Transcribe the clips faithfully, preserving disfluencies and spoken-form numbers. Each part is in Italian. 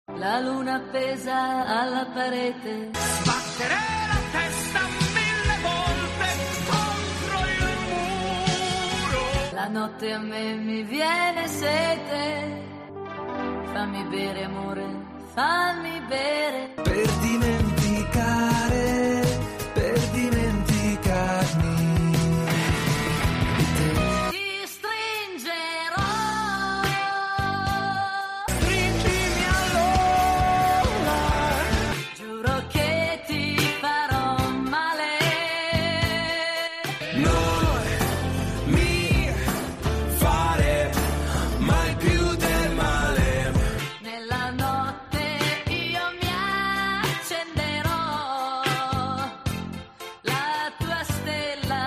La luna appesa alla parete, sbattere la testa mille volte contro il muro. La notte a me mi viene sete, fammi bere amore, fammi bere. Per dimenticare, per dimenticarmi di te. Ti stringerò, Stringimi allora, giuro che ti farò male. non mi fare mai più del male. Nella notte io mi accenderò, la tua stella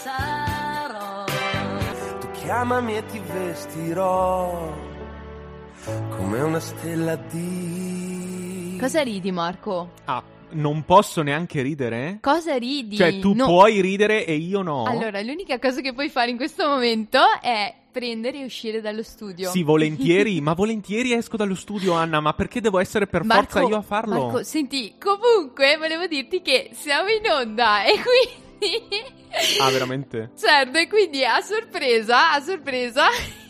sarò. Tu chiamami e ti vestirò come una stella di... Cosa ridi, Marco? Ah, non posso neanche ridere? Cosa ridi? Cioè, tu No. puoi ridere e io no? Allora, l'unica cosa che puoi fare in questo momento è prendere e uscire dallo studio. Sì, volentieri, ma volentieri esco dallo studio, Anna, ma perché devo essere per Marco, forza io a farlo? Marco, senti, comunque volevo dirti che siamo in onda e quindi... Ah, veramente? Certo, e quindi a sorpresa, a sorpresa,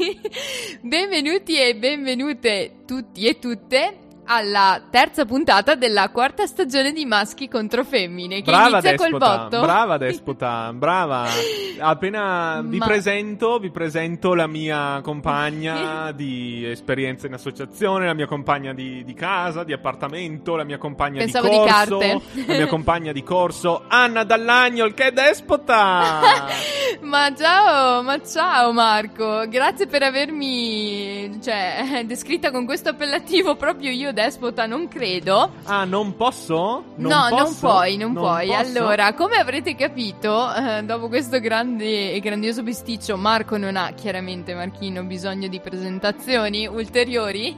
benvenuti e benvenute tutti e tutte alla terza puntata della quarta stagione di Maschi contro Femmine, che Brava inizia col despota, botto. brava despota, brava. Appena vi Ma- presento, vi presento la mia compagna di esperienza in associazione, la mia compagna di, di casa, di appartamento, la mia compagna Pensavo di di corso, carte. la mia compagna di corso, Anna Dall'Agnol, che despota! Ma ciao, ma ciao Marco, grazie per avermi, cioè, descritta con questo appellativo proprio io despota, non credo. Ah, non posso? Non no, posso? non puoi, non, puoi. posso? Allora, come avrete capito, eh, dopo questo grande e grandioso bisticcio, Marco non ha chiaramente, Marchino, bisogno di presentazioni ulteriori.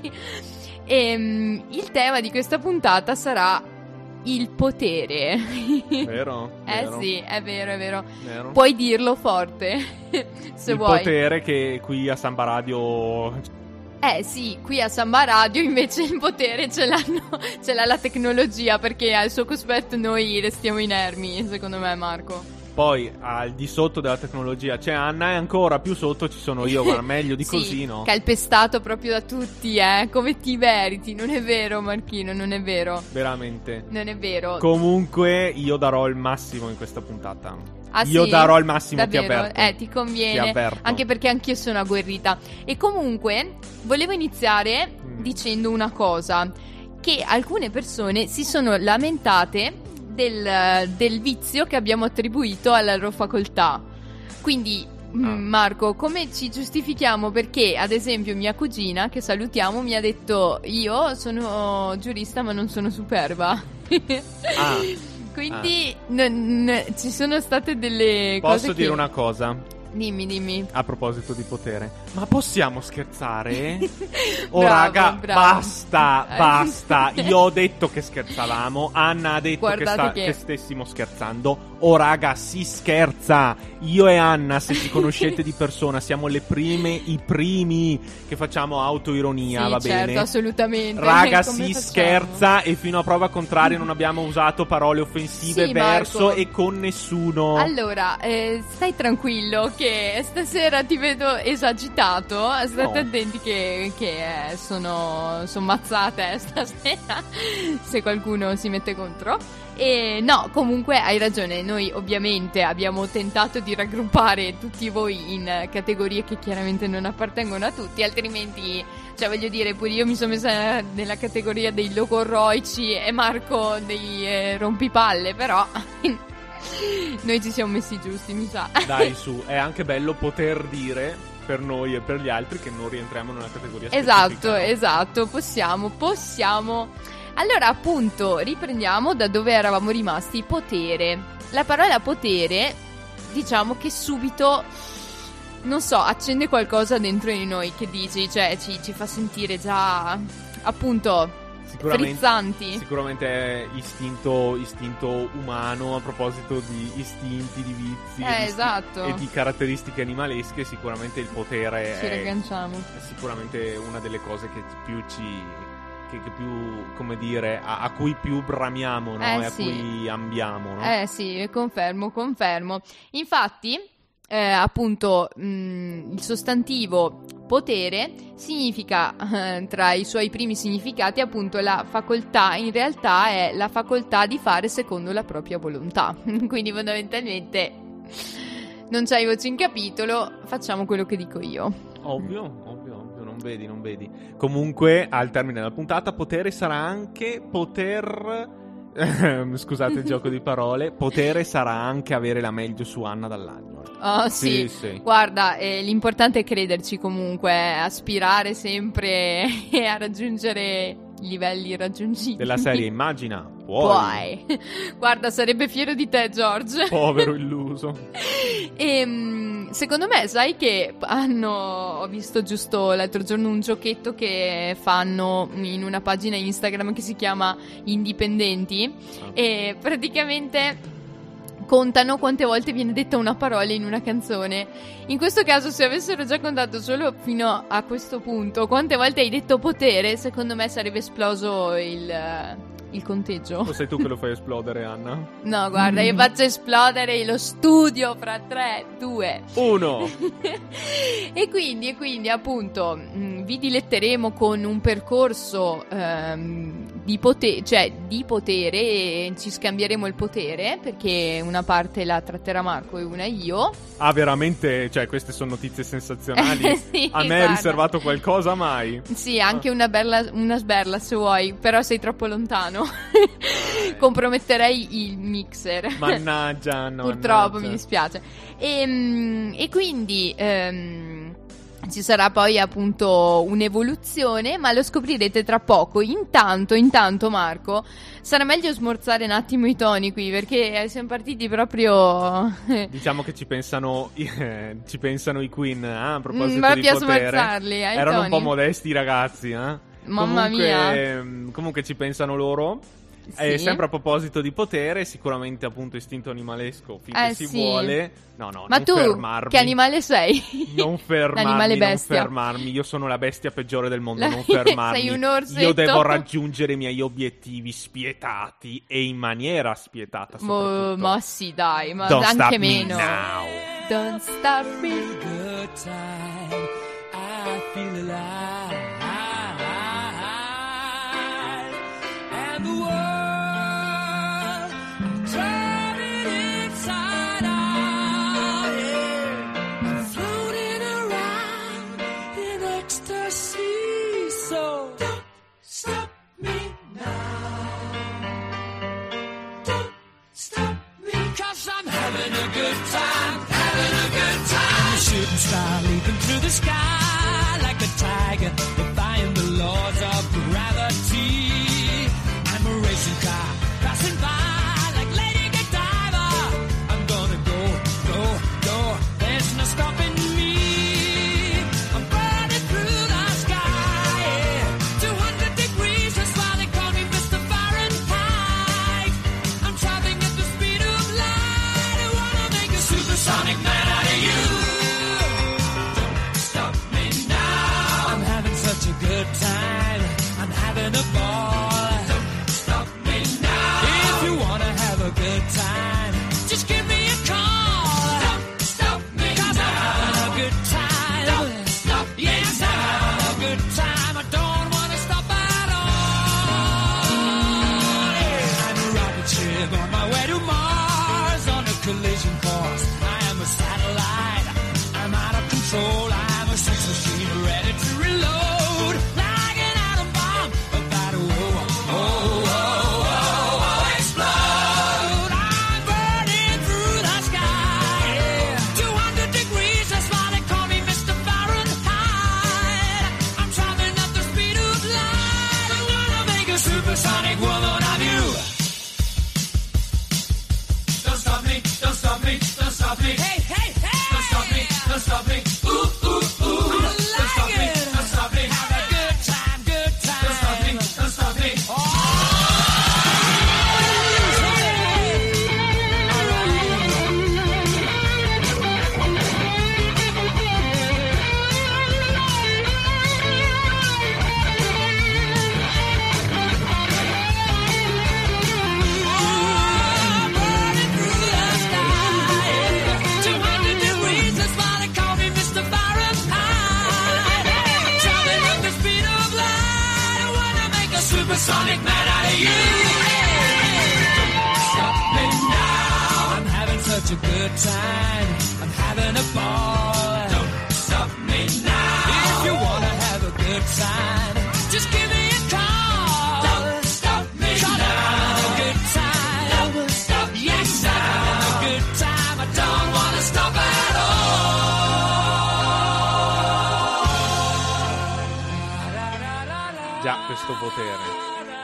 Ehm, il tema di questa puntata sarà il potere. Vero? Eh vero, sì, è vero, è vero. vero. Puoi dirlo forte, se il vuoi. potere che qui a Samba Radio... Eh sì, qui a Samba Radio invece il potere ce l'hanno, ce l'ha la tecnologia, perché al suo cospetto noi restiamo inermi, secondo me, Marco. Poi al di sotto della tecnologia c'è Anna e ancora più sotto ci sono io, guarda, meglio di Sì, così, no? calpestato proprio da tutti, eh, come ti meriti, non è vero Marchino, non è vero, Veramente. non è vero. Comunque io darò il massimo in questa puntata. Ah, io sì? darò il massimo, Davvero? ti avverto. Eh, ti conviene. Ti avverto. Anche perché anch'io sono agguerrita. E comunque volevo iniziare Mm. dicendo una cosa, che alcune persone si sono lamentate del, del vizio che abbiamo attribuito alla loro facoltà. Quindi mm, Ah. Marco, come ci giustifichiamo? Perché ad esempio mia cugina, che salutiamo, mi ha detto: io sono giurista ma non sono superba. Ah. Quindi non- n- ci sono state delle Posso cose dire che... una cosa? Dimmi, dimmi. A proposito di potere, ma possiamo scherzare? Oh Bravo, raga, bravo. basta, Eh. basta. Io ho detto che scherzavamo, Anna ha detto che, Guardate sta- che- che stessimo scherzando. Oh raga, si scherza. Io e Anna, se ci conoscete di persona, siamo le prime, i primi che facciamo autoironia, Sì, va certo, bene? assolutamente. Raga, Come si facciamo? scherza e fino a prova contraria non abbiamo usato parole offensive Sì, verso Marco. e con nessuno. Allora, eh, stai tranquillo che stasera ti vedo esagitato. State No. attenti che, che eh, sono, sono mazzate stasera se qualcuno si mette contro. E no, comunque hai ragione, noi ovviamente abbiamo tentato di raggruppare tutti voi in categorie che chiaramente non appartengono a tutti, altrimenti, cioè voglio dire, pure io mi sono messa nella categoria dei logorroici e Marco dei eh, rompipalle, però noi ci siamo messi giusti, mi sa. Dai, su, è anche bello poter dire per noi e per gli altri che non rientriamo nella categoria Esatto, specifica. esatto, possiamo, possiamo. Allora, appunto, riprendiamo da dove eravamo rimasti, potere. La parola potere, diciamo che subito, non so, accende qualcosa dentro di noi, che dici? Cioè, ci, ci fa sentire già, appunto, Sicuramente, frizzanti. sicuramente è istinto, istinto umano. A proposito di istinti, di vizi Eh, e di- esatto. e di caratteristiche animalesche, sicuramente il potere Ci è, ragganciamo. è sicuramente una delle cose che più ci, che, che più, come dire, a, a cui più bramiamo, no? Eh, e a sì. cui ambiamo, no? Eh sì, confermo, confermo. Infatti, eh, appunto, mh, il sostantivo potere significa, eh, tra i suoi primi significati, appunto la facoltà, in realtà è la facoltà di fare secondo la propria volontà. Quindi fondamentalmente non c'hai voce in capitolo, facciamo quello che dico io. Ovvio, ovvio, ovvio, non vedi, non vedi. Comunque, al termine della puntata, potere sarà anche poter... Scusate il gioco di parole. Potere sarà anche avere la meglio su Anna Dall'Agno. Oh sì, Sì, sì. guarda, eh, l'importante è crederci comunque, aspirare sempre a raggiungere livelli irraggiungibili. Della serie, immagina, puoi. Puoi. Guarda, sarebbe fiero di te, George. Povero illuso. E secondo me, sai che hanno, ho visto giusto l'altro giorno un giochetto che fanno in una pagina Instagram che si chiama Indipendenti, Ah. e praticamente contano quante volte viene detta una parola in una canzone. In questo caso, se avessero già contato solo fino a questo punto quante volte hai detto potere, secondo me sarebbe esploso il, il conteggio. O sei tu che lo fai esplodere, Anna? No, guarda, io faccio esplodere lo studio fra tre, due. Uno. E quindi, e quindi appunto mh, vi diletteremo con un percorso ehm, di potere, cioè di potere, e ci scambieremo il potere, perché una parte la tratterà Marco e una io. Ah, veramente? Cioè, queste sono notizie sensazionali. Sì, A me guarda. è riservato qualcosa mai? Sì, anche una, bella, una sberla se vuoi, però sei troppo lontano. Dai. Comprometterei il mixer. Mannaggia, Anna, Purtroppo, mannaggia. mi dispiace. E, mm, e quindi ehm, ci sarà poi appunto un'evoluzione, ma lo scoprirete tra poco. Intanto, intanto Marco, sarà meglio smorzare un attimo i toni qui, perché siamo partiti proprio Diciamo che ci pensano, eh, ci pensano i Queen, eh, a proposito Mm, proprio di a potere. smorzarli, ai Erano un toni. po' modesti i ragazzi, eh? Mamma comunque, mia. ehm, Comunque ci pensano loro. E Sì. sempre a proposito di potere, sicuramente appunto istinto animalesco finché Eh, si sì. vuole. No, no, Ma non tu fermarmi. che animale sei? Non fermarmi, L'animale non bestia. fermarmi. Io sono la bestia peggiore del mondo, La- non fermarmi. sei un orsetto. Io devo raggiungere i miei obiettivi spietati e in maniera spietata Mo- soprattutto. ma sì, dai, ma Don't stop anche me meno. now. Don't stop me. Good time, I feel alive, and the world turning inside out, yeah. I'm floating around in ecstasy, so don't stop me now, don't stop me, 'cause I'm having a good time, having a good time. A shooting star leaping through the sky like a tiger, defying the laws of gravity. I'm a racing car passing by like Lady Godiva. I'm gonna go, go, go. There's no stopping me. I'm burning through the sky, yeah. two hundred degrees, that's why they call me Mister Fahrenheit. I'm traveling at the speed of light. I wanna make a supersonic man out of you. Don't stop me now. I'm having such a good time. I'm having a ball. Don't stop me now. If you wanna have a good time, just give me a call. Don't stop me 'cause I'm having a good time. Don't stop me yes, I'm having a good time. I don't wanna stop at all. Yeah. I'm a rocket ship on my way to Mars on a collision course. I am a satellite. I'm out of control. I'm a sex machine ready to reload. Like an atom bomb about to oh, oh, oh, oh, oh, explode. I'm burning through the sky. Yeah. two hundred degrees, that's why they call me Mister Fahrenheit. I'm traveling at the speed of light. I wanna make a supersonic woman of you. Don't stop me, don't stop me, don't stop me. Hey, hey, hey! Don't stop me, don't stop me. Ooh, ooh, ooh. Don't stop me, don't stop me. Have a good time, good time. Don't stop me, don't stop me. a supersonic man out of you. Don't stop me now. I'm having such a good time. I'm having a ball. Don't stop me now. If you wanna have a good time, just give me a call. Don't stop me now. I'm having a good time. Don't stop me yes, now. I'm having a good time. I don't wanna stop at all. Già, questo potere.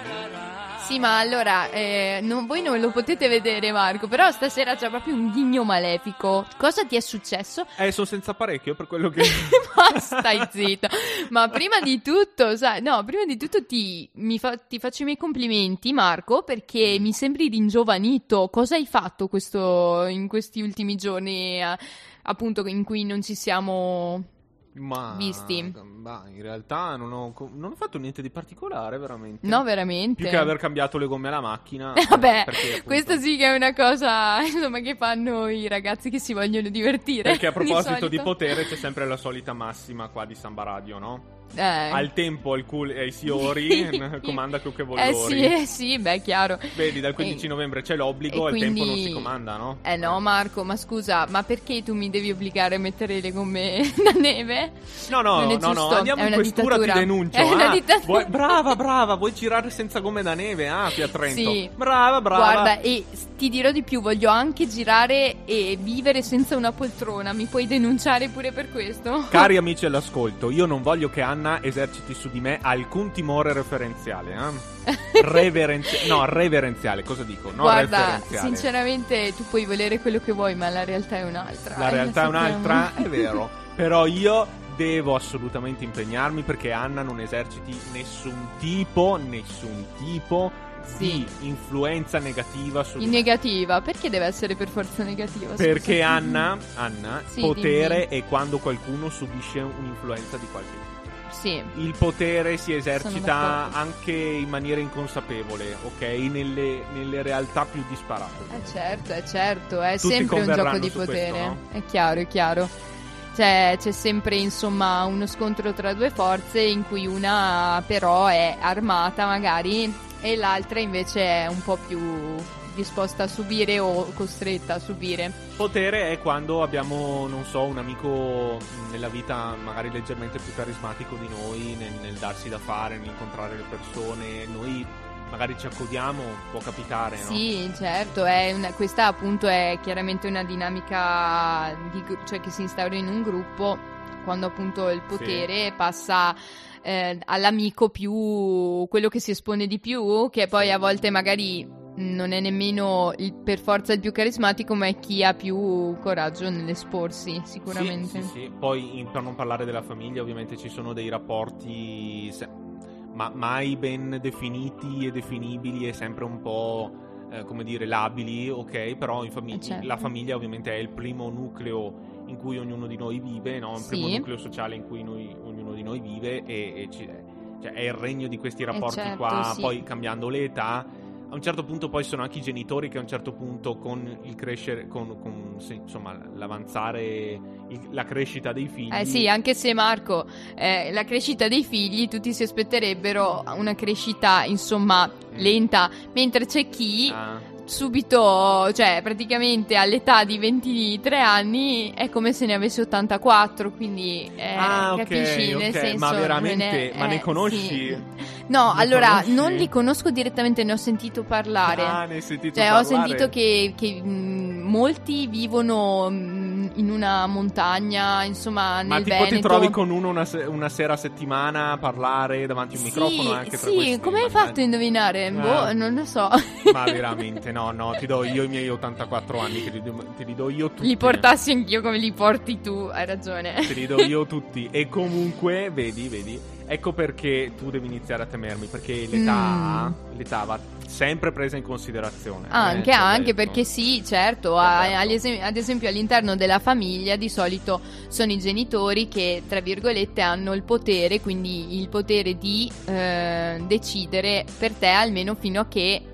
Sì, ma allora, eh, non, voi non lo potete vedere, Marco, però stasera c'è proprio un ghigno malefico. Cosa ti è successo? Eh, sono senza apparecchio, per quello che... Ma stai zitto. Ma prima di tutto, sai, no, prima di tutto ti, mi fa, ti faccio i miei complimenti, Marco, perché mi sembri ringiovanito. Cosa hai fatto questo, in questi ultimi giorni, eh, appunto, in cui non ci siamo... Ma, visti. ma in realtà non ho, non ho fatto niente di particolare, veramente. No, veramente. Più che aver cambiato le gomme alla macchina. Vabbè, perché, appunto, questa sì che è una cosa, insomma, che fanno i ragazzi che si vogliono divertire. Perché a proposito di, di potere c'è sempre la solita massima qua di Samba Radio, no? Eh. Al tempo, al cul- ai siori, comanda quello che vuoi. Eh sì, eh sì, beh, chiaro. Vedi, dal quindici e, novembre c'è l'obbligo, al quindi... tempo non si comanda, no? Eh no, Marco, ma scusa, ma perché tu mi devi obbligare a mettere le gomme da neve? No, no, non è no, giusto. no, andiamo è in questura, ti denuncio. È una ah, dittatura. vuoi, brava, brava, vuoi girare senza gomme da neve? Ah, qui a Trento. Sì. Brava, brava. Guarda, e ti dirò di più, voglio anche girare e vivere senza una poltrona. Mi puoi denunciare pure per questo? Cari amici all'ascolto, io non voglio che Anna eserciti su di me alcun timore referenziale, eh? Reverenziale, no, reverenziale, cosa dico? No, guarda, referenziale. Sinceramente tu puoi volere quello che vuoi, ma la realtà è un'altra. La eh, realtà è sappiamo. un'altra, è vero. Però io devo assolutamente impegnarmi perché Anna non eserciti nessun tipo, nessun tipo sì. di influenza negativa su di in me. Negativa, perché deve essere per forza negativa? Perché scusa? Anna, Anna Sì, potere dimmi. è quando qualcuno subisce un'influenza di qualche tipo. Sì. Il potere si Sono esercita d'accordo. anche in maniera inconsapevole, ok? Nelle, nelle realtà più disparate. Eh certo, è certo, è Tutti sempre un converranno gioco di su potere. questo, no? È chiaro, è chiaro. C'è, c'è sempre insomma uno scontro tra due forze in cui una però è armata magari e l'altra invece è un po' più disposta a subire o costretta a subire. Potere è quando abbiamo, non so, un amico nella vita magari leggermente più carismatico di noi, nel, nel darsi da fare, nell'incontrare le persone. Noi magari ci accodiamo, può capitare, no? Sì, certo, è una, questa appunto è chiaramente una dinamica di, gru- cioè che si instaura in un gruppo quando appunto il potere sì. passa eh, all'amico più quello che si espone di più, che poi a volte magari non è nemmeno il, per forza il più carismatico, ma è chi ha più coraggio nell'esporsi, sicuramente. Sì, sì, sì. Poi in, per non parlare della famiglia, ovviamente ci sono dei rapporti se, ma mai ben definiti e definibili, e sempre un po' eh, come dire labili, ok? Però in famiglia, certo. la famiglia ovviamente è il primo nucleo in cui ognuno di noi vive, no? Il sì. primo nucleo sociale in cui noi, ognuno di noi vive, e, e ci, cioè, è il regno di questi rapporti certo, qua. sì. Poi cambiando l'età, a un certo punto poi sono anche i genitori che a un certo punto con il crescere, con, con sì, insomma l'avanzare, il, la crescita dei figli. Eh sì, anche se Marco, eh, la crescita dei figli tutti si aspetterebbero una crescita insomma mm. lenta, mentre c'è chi ah. subito, cioè praticamente all'età di ventitré anni è come se ne avesse ottantaquattro, quindi eh, ah, capisci, okay, nel okay. senso Ma veramente, è, ma ne eh, conosci? Sì. No, ne allora conosci? non li conosco direttamente, ne ho sentito parlare. Ah, ne hai sentito cioè, parlare? ho sentito che, che mh, molti vivono mh, in una montagna, insomma, nel Ma tipo Veneto. ti trovi con uno una, se- una sera a settimana a parlare davanti a un sì, microfono anche tra sì, questi, come hai immagino. fatto a indovinare? Ah. Boh, non lo so. Ma veramente, no, no, ti do io i miei ottantaquattro anni, che li do, te li do io tutti. Li portassi anch'io come li porti tu, hai ragione. Te li do io tutti. E comunque, vedi, vedi, ecco perché tu devi iniziare a temermi, perché l'età, mm. l'età va sempre presa in considerazione. Anche, eh, anche detto. perché sì, certo, a, agli esem- ad esempio all'interno della famiglia di solito sono i genitori che, tra virgolette, hanno il potere, quindi il potere di eh, decidere per te, almeno fino a che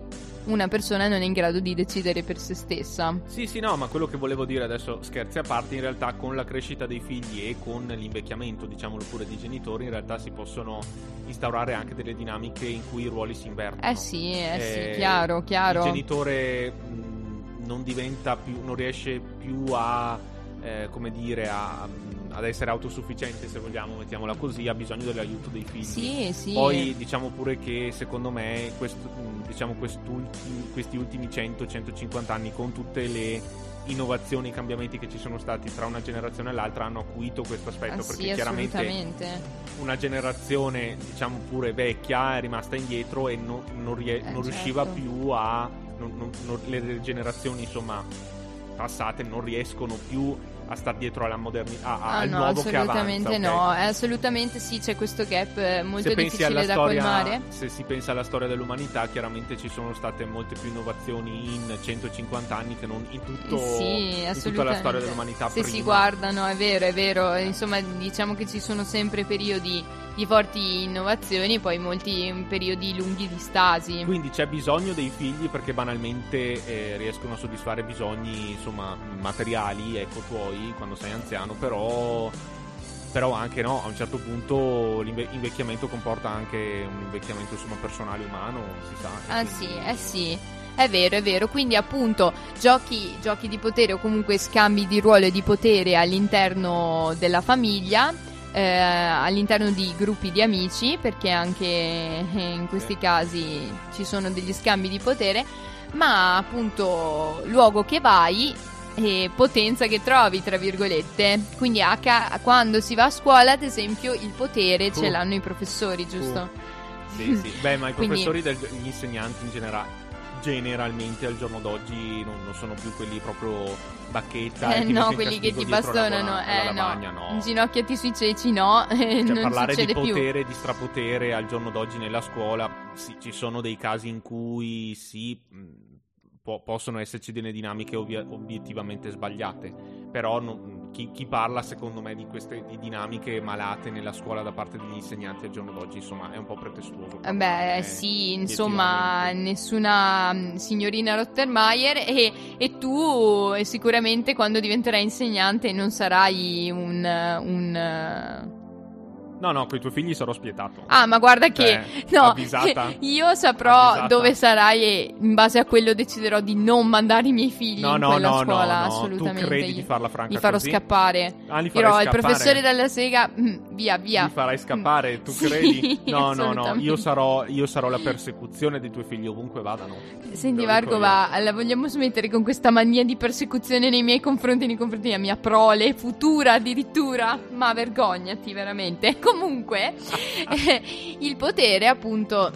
una persona non è in grado di decidere per se stessa. Sì, sì, no, ma quello che volevo dire adesso, scherzi a parte, in realtà con la crescita dei figli e con l'invecchiamento, diciamolo pure, dei genitori, in realtà si possono instaurare anche delle dinamiche in cui i ruoli si invertono. Eh sì, eh, eh sì, chiaro, chiaro. Il genitore mh, non diventa più, non riesce più a, eh, come dire, a... ad essere autosufficiente, se vogliamo, mettiamola così, ha bisogno dell'aiuto dei figli. Sì, sì. Poi diciamo pure che secondo me questo, diciamo questi ultimi cento centocinquanta anni, con tutte le innovazioni, i cambiamenti che ci sono stati tra una generazione e l'altra, hanno acuito questo aspetto, ah, perché sì, chiaramente una generazione diciamo pure vecchia è rimasta indietro e non, non, rie- eh, non certo. riusciva più a non, non, non, le generazioni insomma passate non riescono più a star dietro alla modernità, a, ah, al no, nuovo che avanza. Assolutamente okay? no, assolutamente sì, c'è questo gap molto se difficile da storia, colmare. Se si pensa alla storia dell'umanità, chiaramente ci sono state molte più innovazioni in centocinquanta anni che non in, tutto, sì, in tutta la storia dell'umanità se prima. Si guardano, è vero, è vero, insomma diciamo che ci sono sempre periodi di forti innovazioni, poi molti periodi lunghi di stasi. Quindi c'è bisogno dei figli perché banalmente eh, riescono a soddisfare bisogni insomma materiali, ecco, tuoi quando sei anziano, però però anche no, a un certo punto l'invecchiamento comporta anche un invecchiamento insomma personale, umano, si sa. Ah quindi... sì, eh sì. È vero, è vero, quindi appunto giochi, giochi di potere o comunque scambi di ruolo e di potere all'interno della famiglia, eh, all'interno di gruppi di amici, perché anche in questi casi ci sono degli scambi di potere, ma appunto luogo che vai e potenza che trovi, tra virgolette. Quindi a ca- quando si va a scuola, ad esempio, il potere uh. ce l'hanno i professori, giusto? Uh. Sì, sì. Beh, ma i Quindi... professori, del, gli insegnanti in generale, generalmente al giorno d'oggi non, non sono più quelli proprio bacchetta. Eh e no, quelli che ti bastonano, la, eh lavagna, no. no. Inginocchiati sui ceci, no. Cioè, non parlare succede di potere, più. di strapotere al giorno d'oggi nella scuola, sì, ci sono dei casi in cui sì, po- possono esserci delle dinamiche ovvia- obiettivamente sbagliate, però non, chi, chi parla secondo me di queste di dinamiche malate nella scuola da parte degli insegnanti al giorno d'oggi, insomma, è un po' pretestuoso. Eh beh, eh, sì, insomma, nessuna signorina Rottermeier e, e tu sicuramente quando diventerai insegnante non sarai un... un No, no, con i tuoi figli sarò spietato. Ah, ma guarda che cioè, no, avvisata, io saprò avvisata. Dove sarai e in base a quello deciderò di non mandare i miei figli no, in no, quella no, scuola, no, no. assolutamente. Tu credi di farla franca Li farò così? scappare. Ah, li farai Dirò, scappare? il professore della sega, mm, via, via. Li farai scappare, tu sì, credi? No, no, no, io assolutamente. sarò, io sarò la persecuzione dei tuoi figli ovunque vadano. Senti Te lo Marco, dico va, la vogliamo smettere con questa mania di persecuzione nei miei confronti, nei confronti della mia prole futura addirittura? Ma vergognati veramente. Comunque, eh, il potere appunto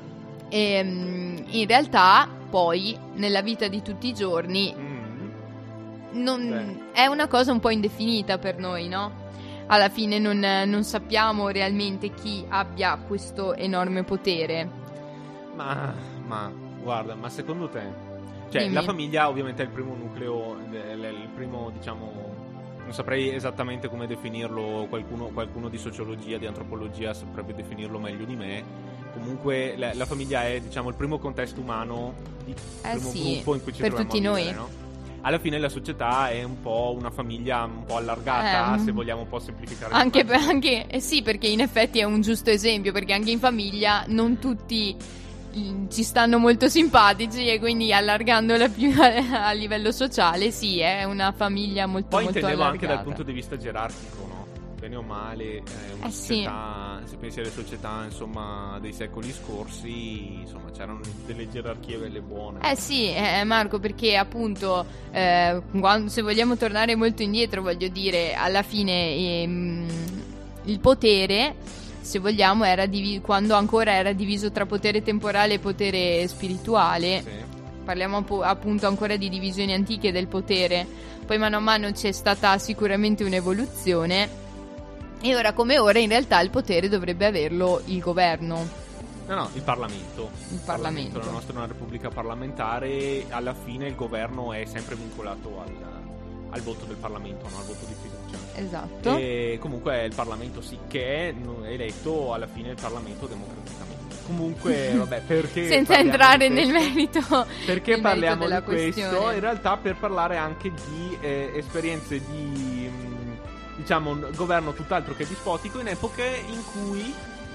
ehm, in realtà poi nella vita di tutti i giorni Mm. non, è una cosa un po' indefinita per noi, no? Alla fine non, non sappiamo realmente chi abbia questo enorme potere. Ma, ma, guarda, ma secondo te? Cioè, Dimmi. la famiglia ovviamente è il primo nucleo, il primo, diciamo, non saprei esattamente come definirlo, qualcuno, qualcuno di sociologia, di antropologia saprebbe definirlo meglio di me. Comunque la, la famiglia è, diciamo, il primo contesto umano, il Eh primo sì, gruppo in cui ci per troviamo tutti a noi. vivere, no? Alla fine la società è un po' una famiglia un po' allargata, Eh, se vogliamo un po' semplificare. Anche, il per, anche eh sì, perché in effetti è un giusto esempio, perché anche in famiglia non tutti mm, ci stanno molto simpatici e quindi allargandola più a, a livello sociale, sì, è una famiglia molto Poi molto intendevo allargata. anche dal punto di vista gerarchico, no? Bene o male, eh, una Eh, sì. società, se pensi alle società, insomma, dei secoli scorsi, insomma, c'erano delle gerarchie belle buone. Eh sì, eh, Marco, perché appunto eh, quando- se vogliamo tornare molto indietro, voglio dire, alla fine ehm, il potere, se vogliamo, era divi- quando ancora era diviso tra potere temporale e potere spirituale. Sì. Parliamo appu- appunto ancora di divisioni antiche del potere. Poi mano a mano c'è stata sicuramente un'evoluzione e ora come ora in realtà il potere dovrebbe averlo il governo. No, no, il Parlamento. Il Parlamento. La nostra è una repubblica parlamentare, alla fine il governo è sempre vincolato al, al voto del Parlamento, no? Al voto di fiducia. Esatto. E comunque è il Parlamento sì, che è eletto alla fine il Parlamento democraticamente. comunque, vabbè, perché senza parliamo entrare di nel questo? merito. Perché nel parliamo merito della di questo? questione. In realtà per parlare anche di eh, esperienze di, mh, diciamo, un governo tutt'altro che dispotico in epoche in cui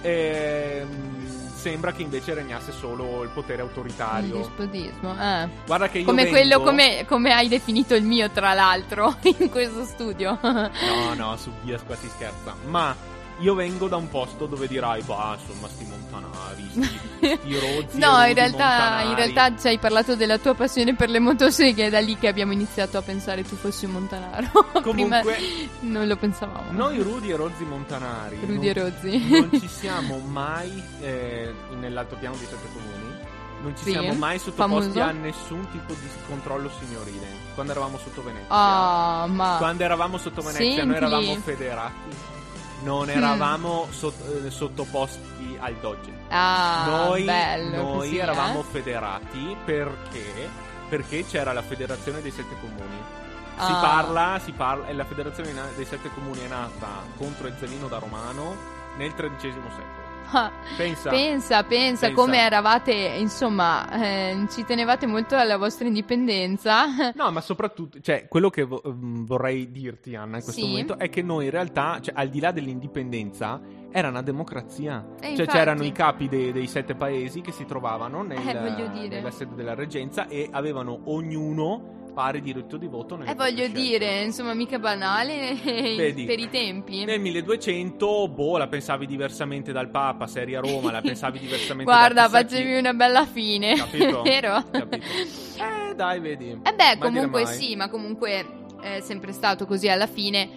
ehm, sembra che invece regnasse solo il potere Il autoritario. dispotismo, eh. Guarda che io Come vengo... quello, come, come hai definito il mio, tra l'altro, in questo studio. No, no, su Bias qua si scherza. Ma io vengo da un posto dove dirai, bah, insomma, sti montanari, sti, sti rozzi No, e in rudi realtà, montanari. in realtà ci hai parlato della tua passione per le motoseghe, è da lì che abbiamo iniziato a pensare tu fossi un montanaro. Prima Comunque, non lo pensavamo. noi rudi e rozzi montanari Rudi e non, rozzi. non ci siamo mai eh, nell'altopiano dei sette comuni. Non ci Sì, siamo mai sottoposti famoso. a nessun tipo di controllo signorile. Quando eravamo sotto Venezia. Ah, ma Quando eravamo sotto Venezia Sentili. noi eravamo federati. Non eravamo sot- eh, sottoposti al Doge. ah, noi bello noi così, eravamo eh? federati perché perché c'era la federazione dei sette comuni. Si Ah. parla, si parla, e la federazione na- dei sette comuni è nata contro Ezzelino da Romano nel tredicesimo secolo. Ah, Pensa, pensa, pensa, Pensa. come eravate, insomma, eh, ci tenevate molto alla vostra indipendenza. No, ma soprattutto, cioè, quello che vo- mm, vorrei dirti, Anna, in questo Sì. momento è che noi in realtà, cioè, al di là dell'indipendenza, era una democrazia. Eh, cioè, infatti. c'erano i capi dei, dei sette paesi che si trovavano nel- Eh, voglio dire. nella sede della reggenza e avevano ognuno pari diritto di voto nelle Eh, voglio proprie scelte. dire, insomma, mica banale Vedi, per i tempi. Nel milleduecento, boh, la pensavi diversamente dal Papa, se eri a Roma, la pensavi diversamente Guarda, da chissà chi. facevi una bella fine. Capito? Vero? Capito. Eh, dai, vedi. Eh beh, Mai comunque dire mai. sì, ma comunque è sempre stato così alla fine.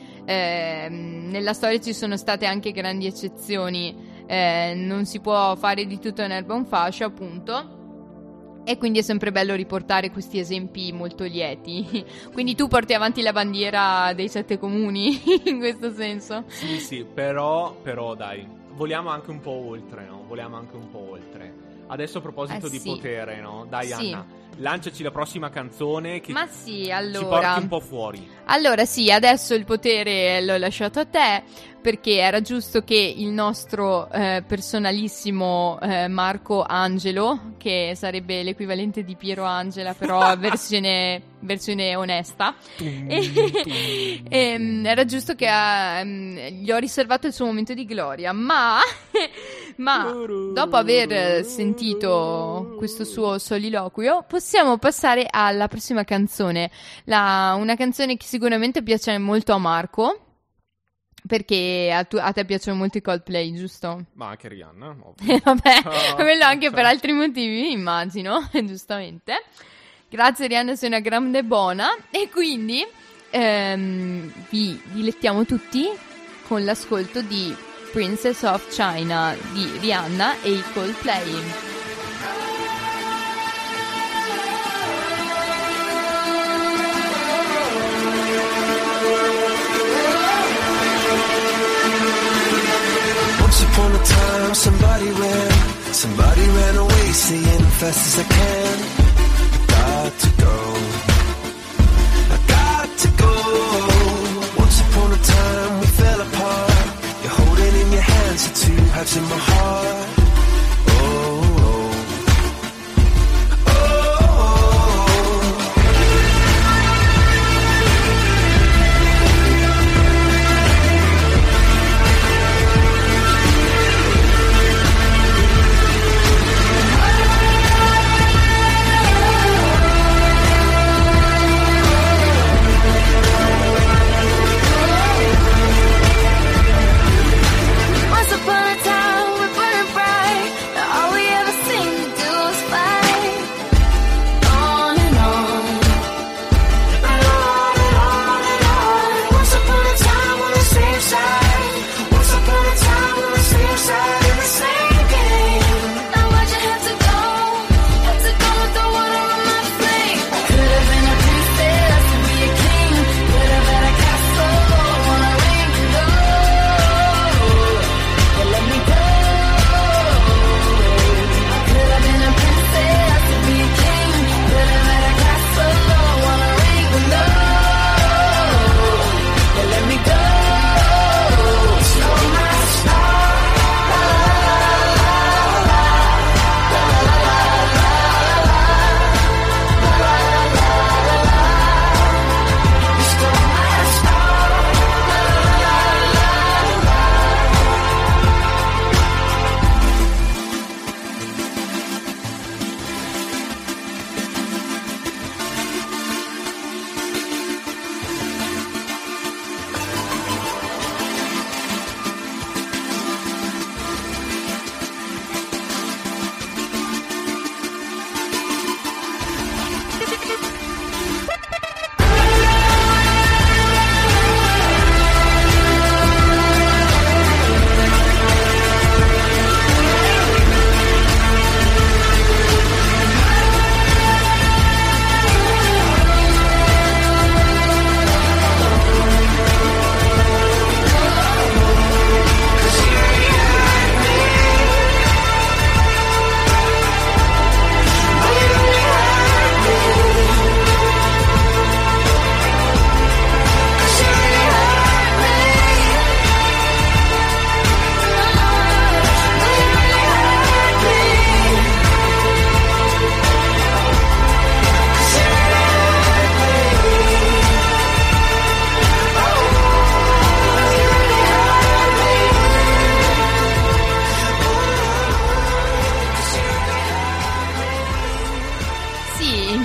Ehm, nella storia ci sono state anche grandi eccezioni. Eh, non si può fare di tutto in erba un fascio, appunto. E quindi è sempre bello riportare questi esempi molto lieti. Quindi tu porti avanti la bandiera dei sette comuni, in questo senso. Sì, sì, però, però dai, vogliamo anche un po' oltre, no? Vogliamo anche un po' oltre. Adesso a proposito Eh, di sì. potere, no? Dai, Sì. Anna, lanciaci la prossima canzone che Ma sì, ci allora. porti un po' fuori. Allora sì, adesso il potere l'ho lasciato a te, perché era giusto che il nostro eh, personalissimo eh, Marco Angelo, che sarebbe l'equivalente di Piero Angela, però versione, versione onesta, e, ehm, era giusto che ehm, gli ho riservato il suo momento di gloria, ma, ma dopo aver sentito questo suo soliloquio possiamo passare alla prossima canzone, la- una canzone che sicuramente piace molto a Marco, perché a, tu- a te piacciono molto i Coldplay, giusto? Ma anche Rihanna, ovvio. E vabbè, Ah, quello anche per cioè. altri motivi, immagino, giustamente. Grazie Rihanna, sei una grande buona. E quindi ehm, vi dilettiamo tutti con l'ascolto di Princess of China di Rihanna e i Coldplay. Once upon a time, somebody ran, somebody ran away, saying fast as I can. I got to go, I got to go. Once upon a time, we fell apart. You're holding in your hands the two halves in my heart. Oh, oh, oh. Once upon a time, we were burning bright.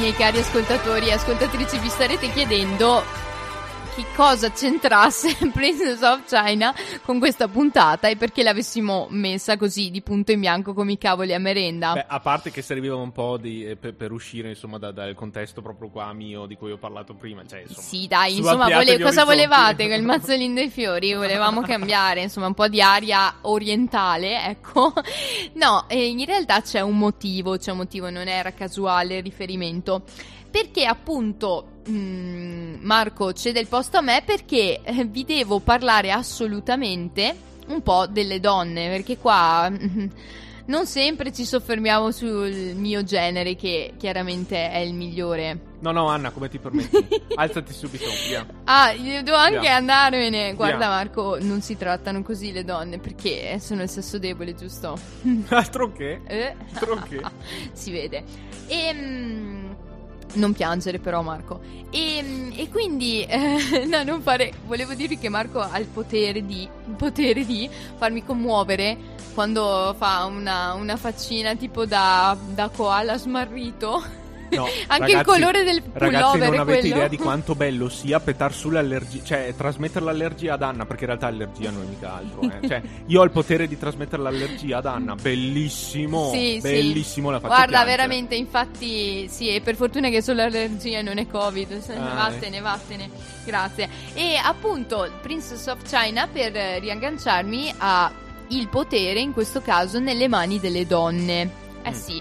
miei cari ascoltatori e ascoltatrici, vi starete chiedendo che cosa c'entrasse Princess of China con questa puntata e perché l'avessimo messa così di punto in bianco come i cavoli a merenda. Beh, a parte che serviva un po' di, eh, per, per uscire insomma da, dal contesto proprio qua mio di cui ho parlato prima, cioè, insomma, sì dai, insomma, vole- cosa volevate con il mazzolino dei fiori? Volevamo cambiare, insomma, un po' di aria orientale, ecco. No, eh, in realtà c'è un motivo, c'è un motivo, non era casuale il riferimento. Perché appunto mh, Marco cede il posto a me perché eh, vi devo parlare assolutamente un po' delle donne, perché qua mh, non sempre ci soffermiamo sul mio genere che chiaramente è il migliore. No no Anna, come ti permetti? Alzati subito, via. Ah, io devo anche Via. andarmene. Guarda Via. Marco, non si trattano così le donne perché sono il sesso debole, giusto? Altro che? Eh? Altro che? Si vede. E non piangere però Marco. E, e quindi eh, no, non fare. Volevo dirvi che Marco ha il potere di il potere di farmi commuovere quando fa una, una faccina tipo da, da koala smarrito. No, Anche ragazzi, il colore del ragazzi, pullover non è avete quello. idea di quanto bello sia petar sull'allergia, cioè trasmettere l'allergia ad Anna, perché in realtà allergia non è mica altro, eh. Cioè, io ho il potere di trasmettere l'allergia ad Anna, bellissimo, Sì, bellissimo, sì. la faccio Guarda, piangere. veramente, infatti, sì, e per fortuna che solo l'allergia non è Covid. Se- Ah, vattene, vattene. Grazie. E appunto, Princess of China, per eh, riagganciarmi, ha il potere, in questo caso, nelle mani delle donne. Eh Mm. sì.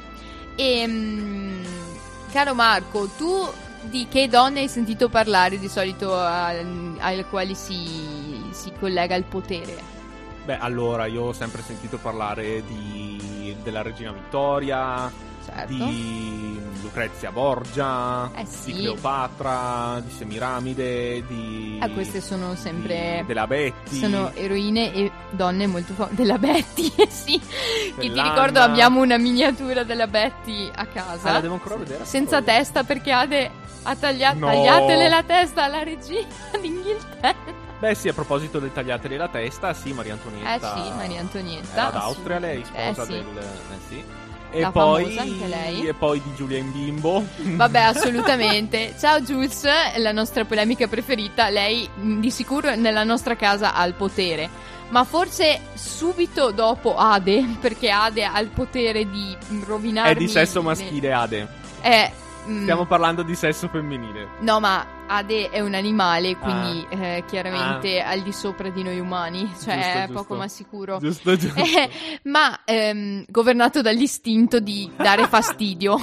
E mm, caro Marco, tu di che donne hai sentito parlare di solito a- alle quali si, si collega il potere? Beh, allora, io ho sempre sentito parlare di della regina Vittoria, Certo. di Lucrezia Borgia, Eh sì. di Cleopatra, di Semiramide, di... Ah, queste sono sempre- di- della Betty. Sono eroine e donne molto famose. Della Betty, sì. Che ti Dell'Anna. ricordo abbiamo una miniatura della Betty a casa. Ah, la devo ancora vedere? Senza Ancora. testa perché Ade ha tagliato. No. Tagliatele la testa alla regina d'Inghilterra. Beh sì, a proposito del tagliateli la testa, sì, Maria Antonietta. Eh sì, Maria Antonietta. Era d'Austria lei, Eh sposa sì. del... Eh sì. E La poi... famosa anche lei. E poi di Giulia in bimbo. Vabbè, assolutamente. Ciao Jules, la nostra polemica preferita. Lei mh, di sicuro nella nostra casa ha il potere. Ma forse subito dopo Ade, perché Ade ha il potere di mh, rovinarmi. È di sesso le- maschile, Ade. Eh, mh, Stiamo parlando di sesso femminile. no, ma Ade è un animale, quindi Ah. eh, chiaramente al di sopra di noi umani, cioè Giusto, è giusto. poco ma sicuro. Giusto, giusto. Eh, ma ehm, governato dall'istinto di dare fastidio.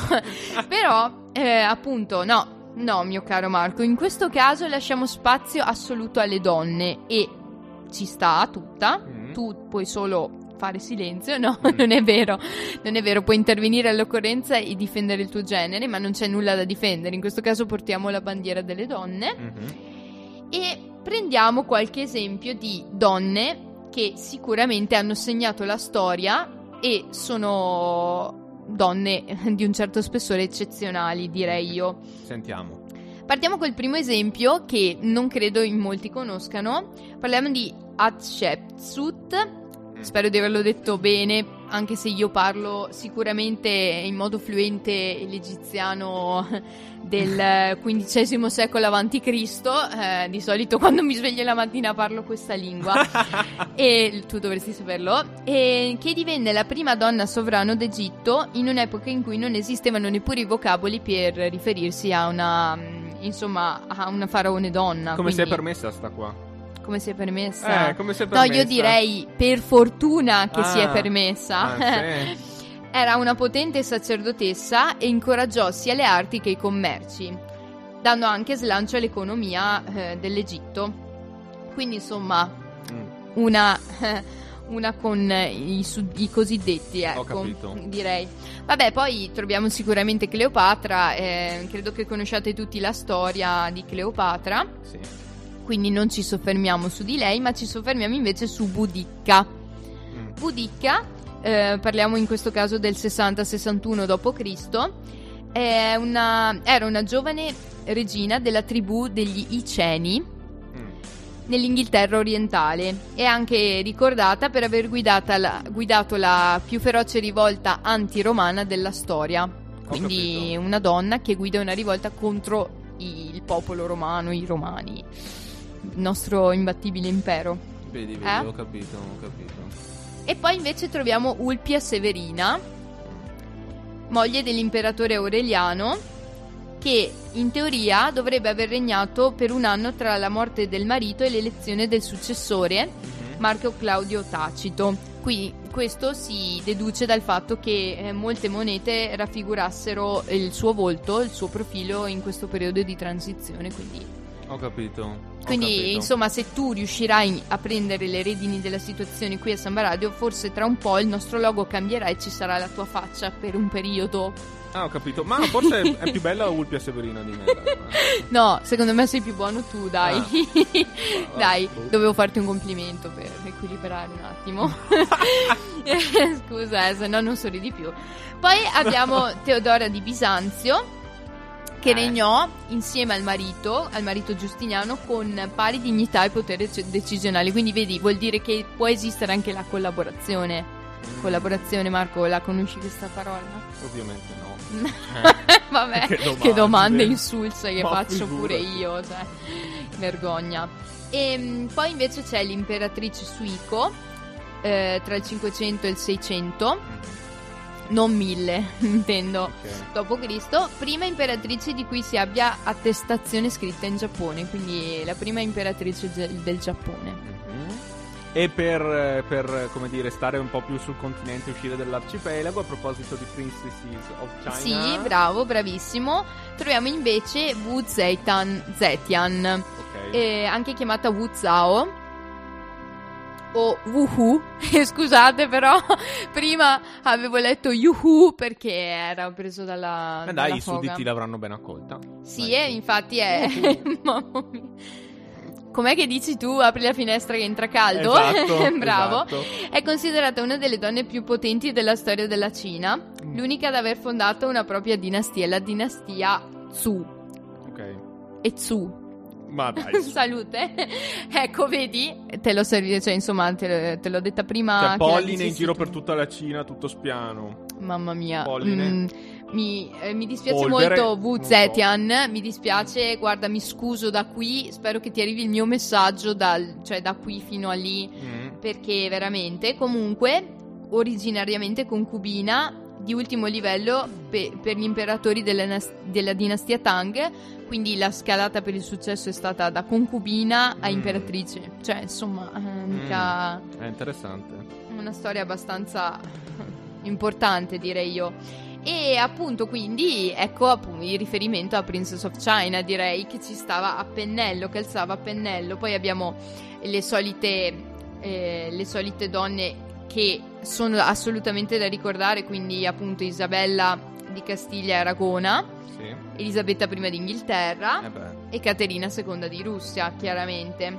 Però, eh, appunto, no, no, mio caro Marco, in questo caso lasciamo spazio assoluto alle donne e ci sta tutta. Mm. Tu puoi solo fare silenzio, no, Mm. non è vero, non è vero, puoi intervenire all'occorrenza e difendere il tuo genere, ma non c'è nulla da difendere. In questo caso portiamo la bandiera delle donne. Mhm. E prendiamo qualche esempio di donne che sicuramente hanno segnato la storia e sono donne di un certo spessore eccezionali, direi io. Sentiamo. Partiamo col primo esempio che non credo in molti conoscano. Parliamo di Hatshepsut. Spero di averlo detto bene, anche se io parlo sicuramente in modo fluente l'egiziano del quindicesimo secolo avanti Cristo. Eh, di solito quando mi sveglio la mattina parlo questa lingua e tu dovresti saperlo. E che divenne la prima donna sovrano d'Egitto in un'epoca in cui non esistevano neppure i vocaboli per riferirsi a una, insomma, a una faraone donna. Come si è quindi- permessa sta qua? Come si è permessa? Eh, come si è No, permessa? io direi per fortuna che Ah, si è permessa. ah, sì. Era una potente sacerdotessa e incoraggiò sia le arti che i commerci, dando anche slancio all'economia eh, dell'Egitto. Quindi, insomma, Mm. una, una con i, su- i cosiddetti, ecco, capito. direi. Vabbè, poi troviamo sicuramente Cleopatra, eh, credo che conosciate tutti la storia di Cleopatra. Sì. Quindi non ci soffermiamo su di lei, ma ci soffermiamo invece su Boudica. Mm. Boudica, eh, parliamo in questo caso del sessanta sessantuno dopo Cristo, è una, era una giovane regina della tribù degli Iceni Mm. nell'Inghilterra orientale. È anche ricordata per aver guidata la- guidato la più feroce rivolta anti-romana della storia. quindi capito. una donna che guida una rivolta contro il popolo romano, i romani, il nostro imbattibile impero. Vedi, vedi, Eh? ho capito, ho capito. E poi invece troviamo Ulpia Severina, moglie dell'imperatore Aureliano, che in teoria dovrebbe aver regnato per un anno tra la morte del marito e l'elezione del successore, Marco Claudio Tacito. Qui questo si deduce dal fatto che eh, molte monete raffigurassero il suo volto, il suo profilo in questo periodo di transizione, quindi Ho capito. ho quindi capito. insomma, se tu riuscirai a prendere le redini della situazione qui a Samba Radio, forse tra un po' il nostro logo cambierà e ci sarà la tua faccia per un periodo. Ah, ho capito. Ma forse è, è più bella Ulpia Severina di me. dai. No, secondo me sei più buono tu, dai. Ah. Dai, Boh. dovevo farti un complimento per equilibrare un attimo. Scusa, eh, se no non sorridi più. Poi abbiamo Teodora di Bisanzio, che Eh. regnò insieme al marito, al marito Giustiniano, con pari dignità e potere ce- decisionale. Quindi vedi, vuol dire che può esistere anche la collaborazione. Mm. Collaborazione, Marco, la conosci questa parola? Ovviamente no. Vabbè, Che che domande. domande, insulse che Ma faccio pure figurati. io, cioè, vergogna. E poi invece c'è l'imperatrice Suiko, eh, tra il cinquecento e il seicento, non mille, intendo, Ok. dopo Cristo, prima imperatrice di cui si abbia attestazione scritta in Giappone, quindi la prima imperatrice ge- del Giappone. Mhm. E per, eh, per, come dire, stare un po' più sul continente, uscire dall'arcipelago, a proposito di Princesses of China. Sì, bravo, bravissimo. Troviamo invece Wu Zetian, Zetian Ok. eh, anche chiamata Wu Zhao o Wuhu. Scusate, però prima avevo letto Yuhu perché era preso dalla, Eh dalla dai, i foga. sudditi l'avranno ben accolta. Sì, Dai. e infatti è Mamma mia. Com'è che dici tu? Apri la finestra che entra caldo. Esatto, Bravo. esatto. È considerata una delle donne più potenti della storia della Cina, Mm. l'unica ad aver fondato una propria dinastia, la dinastia Zhou. Ok. E Zhou. Ma dai. Salute. Ecco, vedi? Te l'ho servito, cioè insomma, te, te l'ho detta prima. C'è che la polline in dicessi giro tu. per tutta la Cina, tutto spiano. Mamma mia. Polline. Mm, mi, eh, mi dispiace Polvere, molto, Wu non Zetian. Mi dispiace, guarda, mi scuso da qui. Spero che ti arrivi il mio messaggio, dal, cioè da qui fino a lì. Mm. Perché veramente, comunque, originariamente concubina di ultimo livello pe- per gli imperatori della, nas- della dinastia Tang. Quindi la scalata per il successo è stata da concubina a Mm. imperatrice. Cioè, insomma, eh, mica È interessante. una storia abbastanza importante, direi io. E appunto, quindi ecco appunto il riferimento a Princess of China, direi che ci stava a pennello, calzava a pennello. Poi abbiamo le solite eh, le solite donne che sono assolutamente da ricordare, quindi appunto Isabella di Castiglia e Aragona, Sì. Elisabetta prima d'Inghilterra Eh beh. e Caterina seconda di Russia, chiaramente.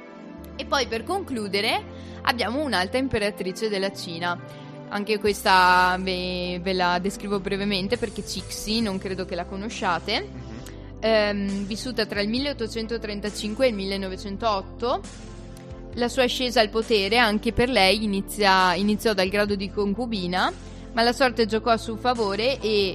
E poi per concludere abbiamo un'altra imperatrice della Cina. Anche questa ve, ve la descrivo brevemente perché Cixi, non credo che la conosciate. Mhm. Ehm, vissuta tra il milleottocentotrentacinque e il millenovecentootto. La sua ascesa al potere anche per lei inizia, iniziò dal grado di concubina, ma la sorte giocò a suo favore e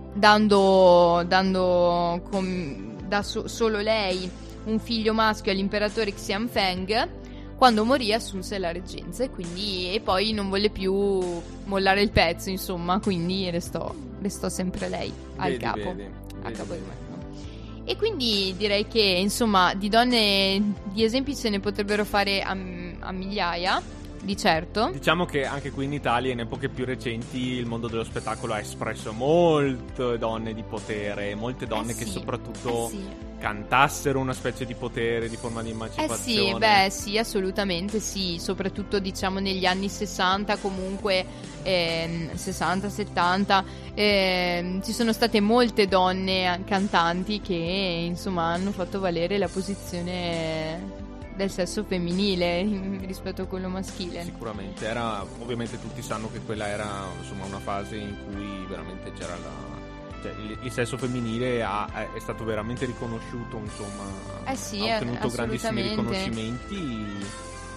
dando, dando com, da so, solo lei un figlio maschio all'imperatore Xianfeng, quando morì assunse la reggenza e, quindi, e poi non volle più mollare il pezzo, insomma, quindi restò, restò sempre lei al Vedi, capo, vedi, a vedi, capo del vedi. governo. E quindi direi che insomma di donne, di esempi se ne potrebbero fare a, a migliaia, di certo. Diciamo che anche qui in Italia, in epoche più recenti, il mondo dello spettacolo ha espresso molte donne di potere, molte donne Eh che sì, soprattutto eh sì. cantassero una specie di potere, di forma di Eh emancipazione. sì, beh sì, assolutamente sì, soprattutto diciamo negli anni sessanta, comunque ehm, sessanta settanta, ehm, ci sono state molte donne cantanti che insomma hanno fatto valere la posizione del sesso femminile rispetto a quello maschile. Sicuramente, era, ovviamente tutti sanno che quella era insomma una fase in cui veramente c'era la... Cioè, il, il sesso femminile ha, è stato veramente riconosciuto, insomma, Eh sì, ha ottenuto grandissimi assolutamente. riconoscimenti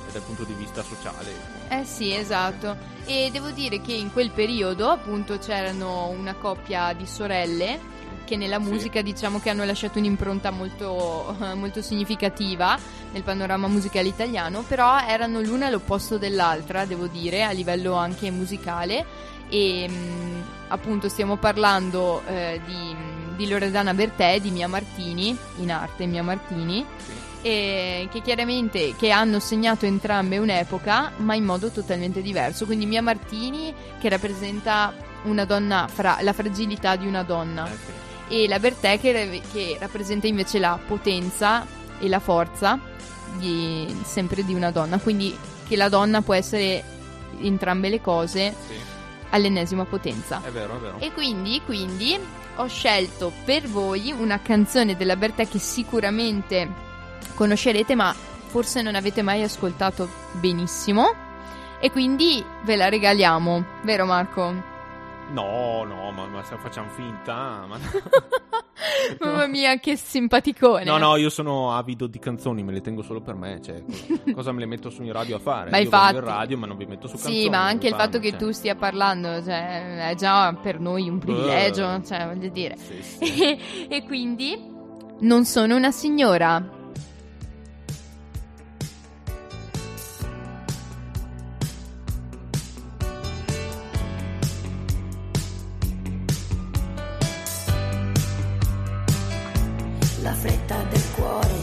dal punto di vista sociale. Eh sì, esatto. E devo dire che in quel periodo appunto c'erano una coppia di sorelle che nella musica sì. diciamo che hanno lasciato un'impronta molto, molto significativa nel panorama musicale italiano, però erano l'una l'opposto dell'altra, devo dire, a livello anche musicale. E mh, appunto stiamo parlando eh, di, di Loredana Bertè e di Mia Martini, in arte Mia Martini, sì. e che chiaramente che hanno segnato entrambe un'epoca, ma in modo totalmente diverso. Quindi Mia Martini che rappresenta una donna, fra, la fragilità di una donna, eh sì. e la Bertè che, che rappresenta invece la potenza e la forza di, sempre di una donna, quindi che la donna può essere entrambe le cose, sì. all'ennesima potenza. È vero, è vero. E quindi, quindi ho scelto per voi una canzone della Bertè che sicuramente conoscerete, ma forse non avete mai ascoltato benissimo, e quindi ve la regaliamo, vero Marco? No, no, ma, ma se facciamo finta, ma... Mamma mia, che simpaticone. No, no, io sono avido di canzoni, me le tengo solo per me, cioè, cosa, cosa me le metto su in radio a fare? Ma io infatti... vengo in radio, ma non vi metto su canzoni. Sì, ma anche il fanno, fatto che cioè... tu stia parlando, cioè, è già per noi un privilegio, uh, cioè, voglio dire. Sì, sì. E, e quindi, Non sono una signora. La fretta del cuore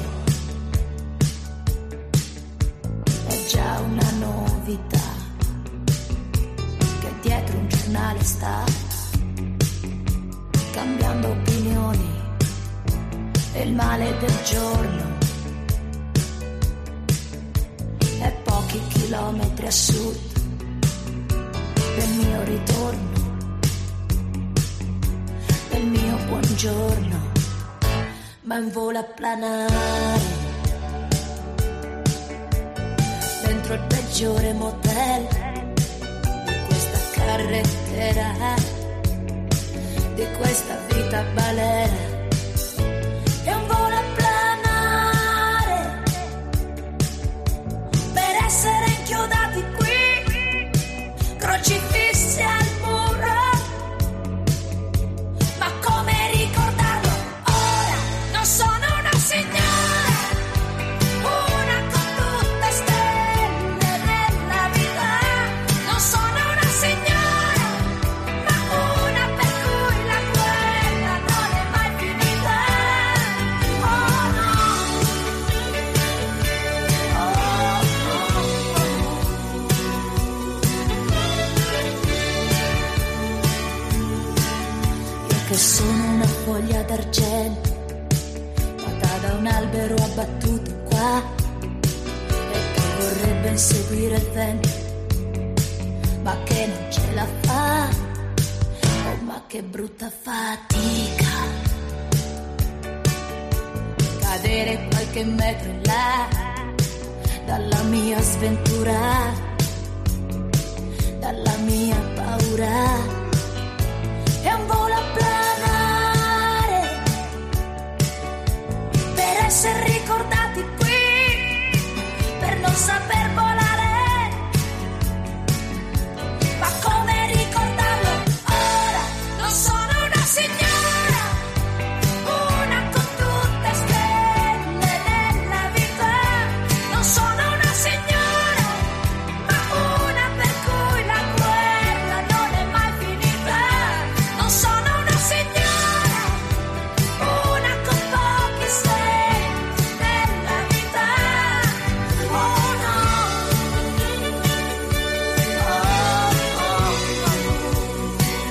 è già una novità, che dietro un giornale sta cambiando opinioni e il male del giorno è pochi chilometri a sud del mio ritorno, del mio buongiorno. Ma in volo a planare dentro il peggiore motel di questa carrettera, di questa vita balera. E un volo a planare per essere inchiodati qui, crocifissi al muro. Ma come ricordarlo? Non sono una signora, una con tutte stelle nella vita. Non sono una signora, ma una per cui la guerra non è mai finita. Oh no, oh, oh, oh. Io che sono una foglia d'argento da un albero abbattuto qua, e che vorrebbe inseguire il vento, ma che non ce la fa. Oh, ma che brutta fatica cadere qualche metro in là dalla mia sventura, dalla mia paura. È un volo a planare per essere ricordati qui, per non saper volare. Ma come ricordarlo ora? Non sono una signora, una con tutte stelle nella vita. Non sono una signora, ma una per cui la guerra non è mai finita. Non sono una signora, una con pochi stelle nella vita. Oh no, oh, oh, oh.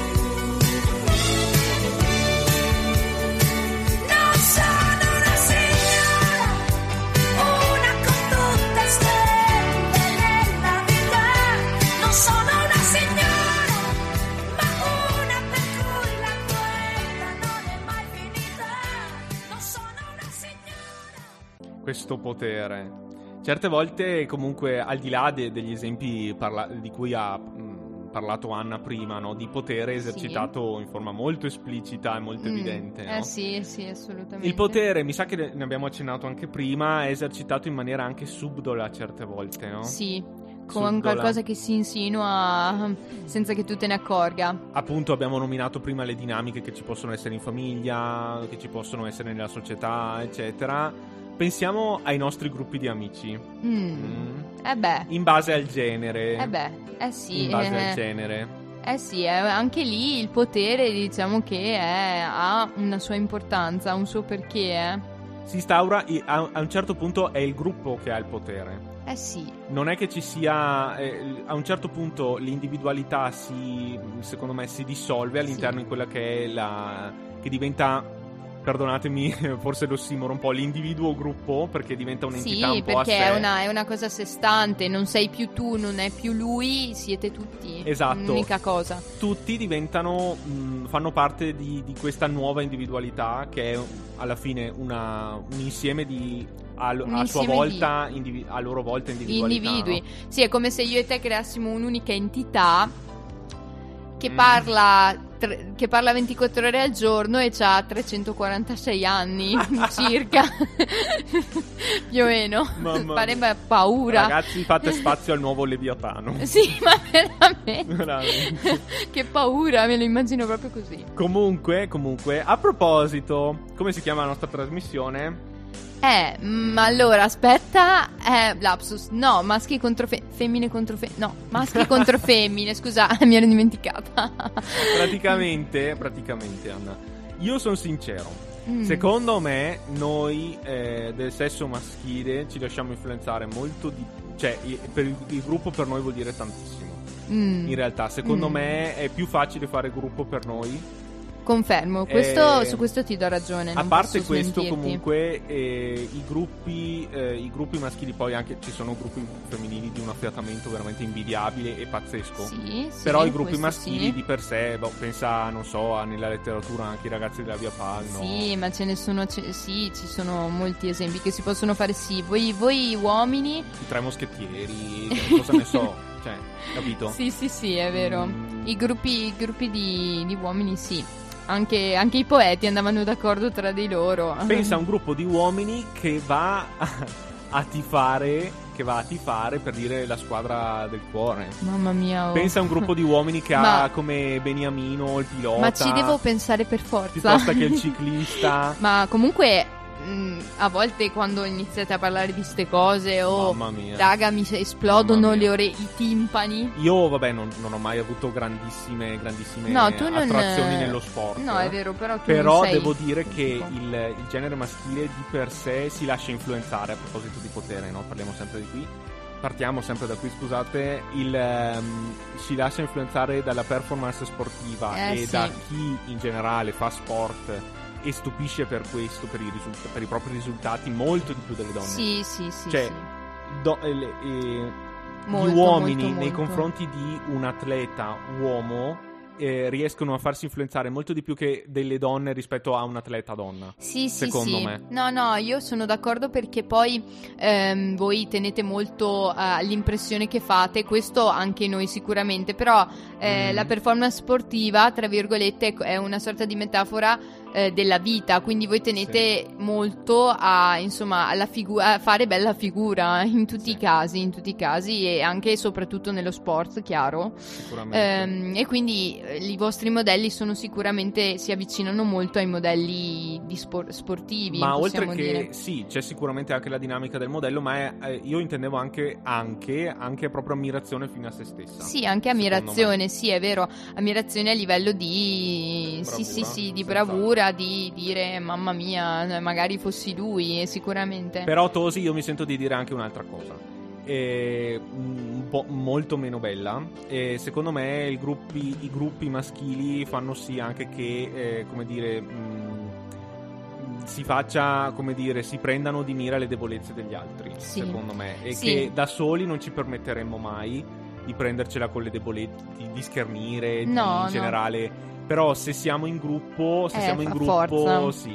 Non sono una signora, una con tutte stelle nella vita. Non sono una signora, ma una per cui la guerra non è mai finita. Non sono una signora. Questo potere. Certe volte, comunque, al di là de- degli esempi parla- di cui ha mh, parlato Anna prima, no? Di potere esercitato Sì. in forma molto esplicita e molto Mm, evidente, no? Eh sì, sì, assolutamente. Il potere, mi sa che ne abbiamo accennato anche prima, è esercitato in maniera anche subdola certe volte, no? Sì, con Subdola. qualcosa che si insinua senza che tu te ne accorga. Appunto abbiamo nominato prima le dinamiche che ci possono essere in famiglia, che ci possono essere nella società, eccetera. Pensiamo ai nostri gruppi di amici. Mm. Mm. Eh beh, In base al genere. eh beh, eh sì. In base eh, al genere. Eh sì, eh, anche lì il potere diciamo che è- ha una sua importanza, un suo perché, eh. Si instaura, i- a a un certo punto è il gruppo che ha il potere. Eh sì, Non è che ci sia, eh, a un certo punto l'individualità si, secondo me, si dissolve all'interno Sì. di quella che è la, che diventa, perdonatemi, forse l'ossimoro un po', l'individuo gruppo, perché diventa un'entità sì, un po' a perché sé. è una, è una cosa a sé stante, non sei più tu, non è più lui, siete tutti. Esatto. Un'unica cosa. Tutti diventano, mh, fanno parte di, di questa nuova individualità che è alla fine una, un insieme di, a, Un a sua insieme volta, indivi- a loro volta individualità. Individui. no? Sì, è come se io e te creassimo un'unica entità che Mm. parla tre- che parla ventiquattro ore al giorno e ha trecentoquarantasei anni circa. Più o meno. Mamma Farebbe mia. paura. Ragazzi, fate spazio al nuovo Leviatano. Sì, ma veramente. Veramente. Che paura, me lo immagino proprio così. Comunque, comunque, a proposito, come si chiama la nostra trasmissione? Eh, ma allora aspetta, eh, lapsus, no, maschi contro fe- femmine contro fe- no, maschi contro femmine, scusa, mi ero dimenticata. Praticamente, praticamente, Anna, io sono sincero. Mm. Secondo me, noi eh, del sesso maschile ci lasciamo influenzare molto di. Cioè, i- per il, il gruppo per noi vuol dire tantissimo. Mm. In realtà, secondo Mm. me è più facile fare gruppo per noi. Confermo, questo, Eh, su questo ti do ragione. A non parte posso questo, smentirti. comunque, eh, i gruppi eh, i gruppi maschili, poi anche ci sono gruppi femminili di un affiatamento veramente invidiabile e pazzesco. Sì, sì, Però i gruppi questo maschili sì. di per sé, boh, pensa, non so, a- nella letteratura anche i ragazzi della Via Pal, no? Sì, ma ce ne sono, ce- sì, ci sono molti esempi che si possono fare, sì. Voi, voi uomini... I tre moschettieri, cosa ne so, cioè, capito? Sì, sì, sì, è vero. Mm. I gruppi, i gruppi di, di uomini, sì. Anche, anche i poeti andavano d'accordo tra di loro. Pensa a un gruppo di uomini che va a, a tifare, che va a tifare per dire la squadra del cuore. Mamma mia. oh. Pensa a un gruppo di uomini che Ma- ha come Beniamino il pilota. Ma ci devo pensare per forza. Piuttosto che il ciclista. Ma comunque, mh, a volte quando iniziate a parlare di ste cose, o Mamma mia. raga, mi se- esplodono Mamma mia. le ore, i timpani. Io, vabbè, non, non ho mai avuto grandissime, grandissime No, tu non- attrazioni nello sport. No, è vero, però tu Però non sei devo dire quel che tipo. il, il genere maschile di per sé si lascia influenzare, a proposito di potere, no? Parliamo sempre di qui. Partiamo sempre da qui, scusate. Il, ehm, si lascia influenzare dalla performance sportiva Eh, e sì. da chi in generale fa sport e stupisce per questo, per i, risulta- per i propri risultati, molto di più delle donne. Sì, sì, sì. Cioè, sì. do- eh, le- eh, Molto, gli uomini molto, nei molto. confronti di un atleta uomo eh, riescono a farsi influenzare molto di più che delle donne rispetto a un atleta donna. Sì, sì, secondo sì. me. No, no, io sono d'accordo perché poi ehm, voi tenete molto eh, all'impressione che fate, questo anche noi sicuramente, però eh, Mm. la performance sportiva, tra virgolette, è una sorta di metafora eh, della vita, quindi voi tenete molto a, insomma, alla figu- a fare bella figura in tutti Sì. i casi, in tutti i casi e anche e soprattutto nello sport, chiaro. Sicuramente. Ehm, e quindi eh, i vostri modelli sono sicuramente si avvicinano molto ai modelli di spor- sportivi. Ma oltre possiamo che dire. sì, c'è sicuramente anche la dinamica del modello, ma è, eh, io intendevo anche, anche, anche proprio ammirazione fino a se stessa. Sì, anche secondo ammirazione, me. sì, è vero, ammirazione a livello di sì, sì, Bravura, sì, di senz'altro. bravura, di dire mamma mia, magari fossi lui, eh, sicuramente. Però Tosi, io mi sento di dire anche un'altra cosa. Eh, un po' molto meno bella. Eh, secondo me il gruppi, i gruppi maschili fanno sì anche che, eh, come dire, mh, si faccia, come dire, si prendano di mira le debolezze degli altri, Sì. secondo me. E Sì. che da soli non ci permetteremmo mai di prendercela con le debolezze, di, di schernire, No, di, no. in generale. Però se siamo in gruppo, se Eh, siamo in fa gruppo, forza. sì,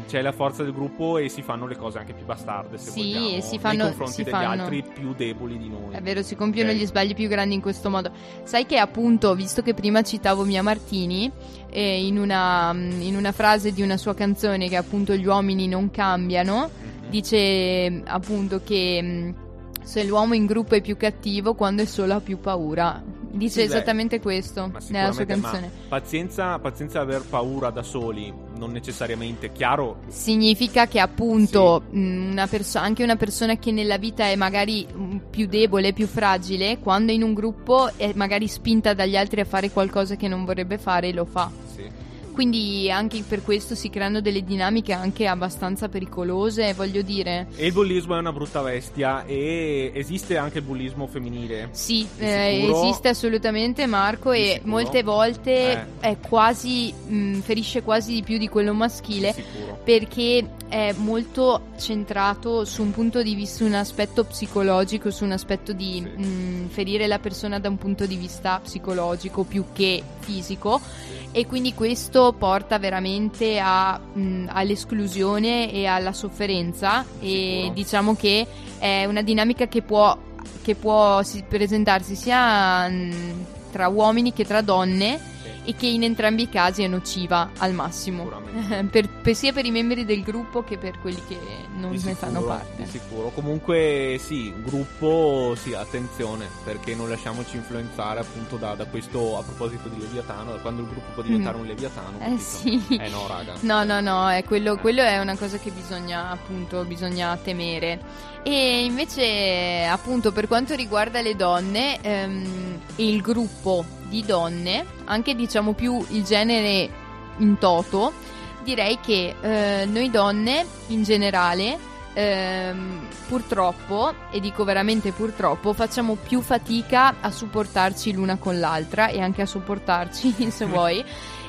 c'è la forza del gruppo e si fanno le cose anche più bastarde, se Sì, vogliamo, e si fanno- nei confronti si degli fanno- altri più deboli di noi. È vero, si compiono Ok. gli sbagli più grandi in questo modo. Sai che appunto, visto che prima citavo Mia Martini, eh, in, una, in una frase di una sua canzone che appunto gli uomini non cambiano, Mhm. dice appunto che mh, se l'uomo in gruppo è più cattivo quando è solo ha più paura. Dice Sì, beh, esattamente questo Ma nella sua sicuramente, ma canzone. pazienza, pazienza aver paura da soli, non necessariamente, chiaro. Significa che appunto mh, una perso- anche una persona che nella vita è magari mh, più debole, più fragile, quando è in un gruppo è magari spinta dagli altri a fare qualcosa che non vorrebbe fare, lo fa. Sì. Quindi anche per questo si creano delle dinamiche anche abbastanza pericolose, voglio dire. E il bullismo è una brutta bestia e esiste anche il bullismo femminile. Sì, Di eh, sicuro. esiste assolutamente, Marco, Di e sicuro. molte volte Eh. è quasi mh, ferisce quasi di più di quello maschile. Di sicuro. Perché è molto centrato su un punto di vista, su un aspetto psicologico, su un aspetto di Sì. mh, ferire la persona da un punto di vista psicologico più che fisico, e quindi questo porta veramente a, mh, all'esclusione e alla sofferenza, e Sicuro. diciamo che è una dinamica che può, che può si- presentarsi sia mh, tra uomini che tra donne, e che in entrambi i casi è nociva al massimo. Sicuramente. per, per- sia per i membri del gruppo che per quelli che non Di ne sicuro, fanno parte. di sicuro. Comunque sì, gruppo, sì, attenzione, perché non lasciamoci influenzare appunto da, da questo, a proposito di Leviatano, da quando il gruppo può diventare Mm. un Leviatano. Eh capito? sì. Eh no, raga. No, no, no, è quello, Eh. quello è una cosa che bisogna appunto bisogna temere. E invece appunto per quanto riguarda le donne, ehm, il gruppo di donne, anche diciamo più il genere in toto, direi che eh, noi donne in generale ehm, purtroppo, e dico veramente purtroppo, facciamo più fatica a supportarci l'una con l'altra e anche a sopportarci se vuoi.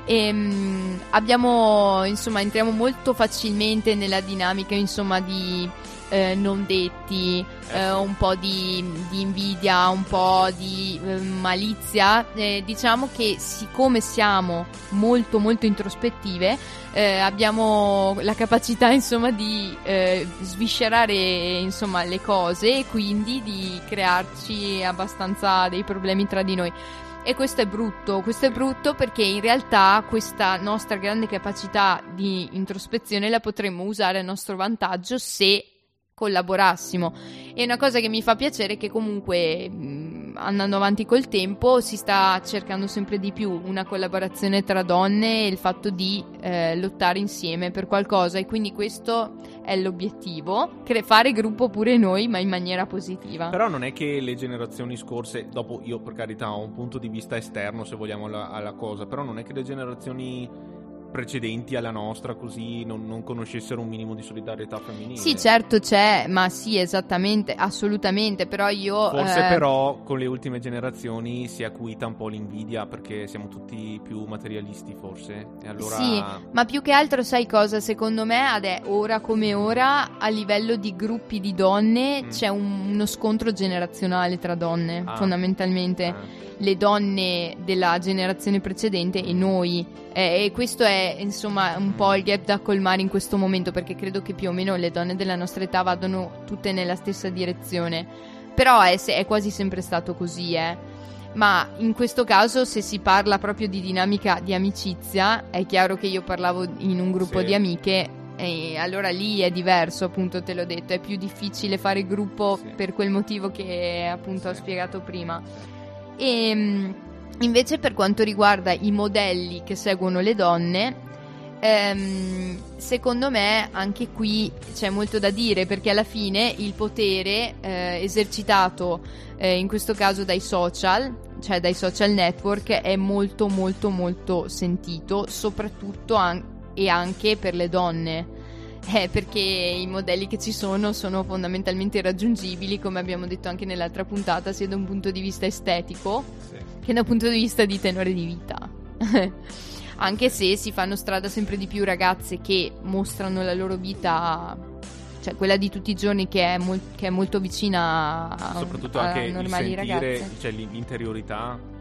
Ehm, abbiamo, insomma, entriamo molto facilmente nella dinamica, insomma, di eh, non detti, eh, un po' di, di invidia, un po' di eh, malizia. Eh, diciamo che siccome siamo molto molto introspettive, eh, abbiamo la capacità, insomma, di eh, sviscerare, insomma, le cose, e quindi di crearci abbastanza dei problemi tra di noi. E questo è brutto, questo è brutto perché in realtà questa nostra grande capacità di introspezione la potremmo usare a nostro vantaggio se collaborassimo. E una cosa che mi fa piacere è che comunque mh, andando avanti col tempo si sta cercando sempre di più una collaborazione tra donne e il fatto di eh, lottare insieme per qualcosa, e quindi questo è l'obiettivo, cre- fare gruppo pure noi, ma in maniera positiva. Però non è che le generazioni scorse, dopo io per carità ho un punto di vista esterno se vogliamo alla, alla cosa, però non è che le generazioni precedenti alla nostra così non, non conoscessero un minimo di solidarietà femminile. Sì, certo c'è, ma sì, esattamente, assolutamente, però io... Forse eh, però con le ultime generazioni si è acuita un po' l'invidia perché siamo tutti più materialisti forse, e allora... Sì, ma più che altro sai cosa? Secondo me ade- ora come ora a livello di gruppi di donne Mm. c'è un- uno scontro generazionale tra donne, Ah. fondamentalmente. Eh, Le donne della generazione precedente e noi, eh, e questo è insomma un po' il gap da colmare in questo momento, perché credo che più o meno le donne della nostra età vadano tutte nella stessa direzione, però è, se- è quasi sempre stato così, eh. Ma in questo caso, se si parla proprio di dinamica di amicizia, è chiaro che io parlavo in un gruppo Sì. di amiche, e allora lì è diverso, appunto, te l'ho detto, è più difficile fare gruppo Sì. per quel motivo che appunto ho Sì. spiegato prima. E mh, invece per quanto riguarda i modelli che seguono le donne, ehm, secondo me anche qui c'è molto da dire, perché alla fine il potere eh, esercitato eh, in questo caso dai social, cioè dai social network, è molto molto molto sentito, soprattutto an- e anche per le donne. Eh, perché i modelli che ci sono sono fondamentalmente irraggiungibili, come abbiamo detto anche nell'altra puntata, sia da un punto di vista estetico sì. che da un punto di vista di tenore di vita. Anche se si fanno strada sempre di più ragazze che mostrano la loro vita, cioè quella di tutti i giorni, che è, mol- che è molto vicina a, Soprattutto a anche il normali sentire, ragazze. cioè l'interiorità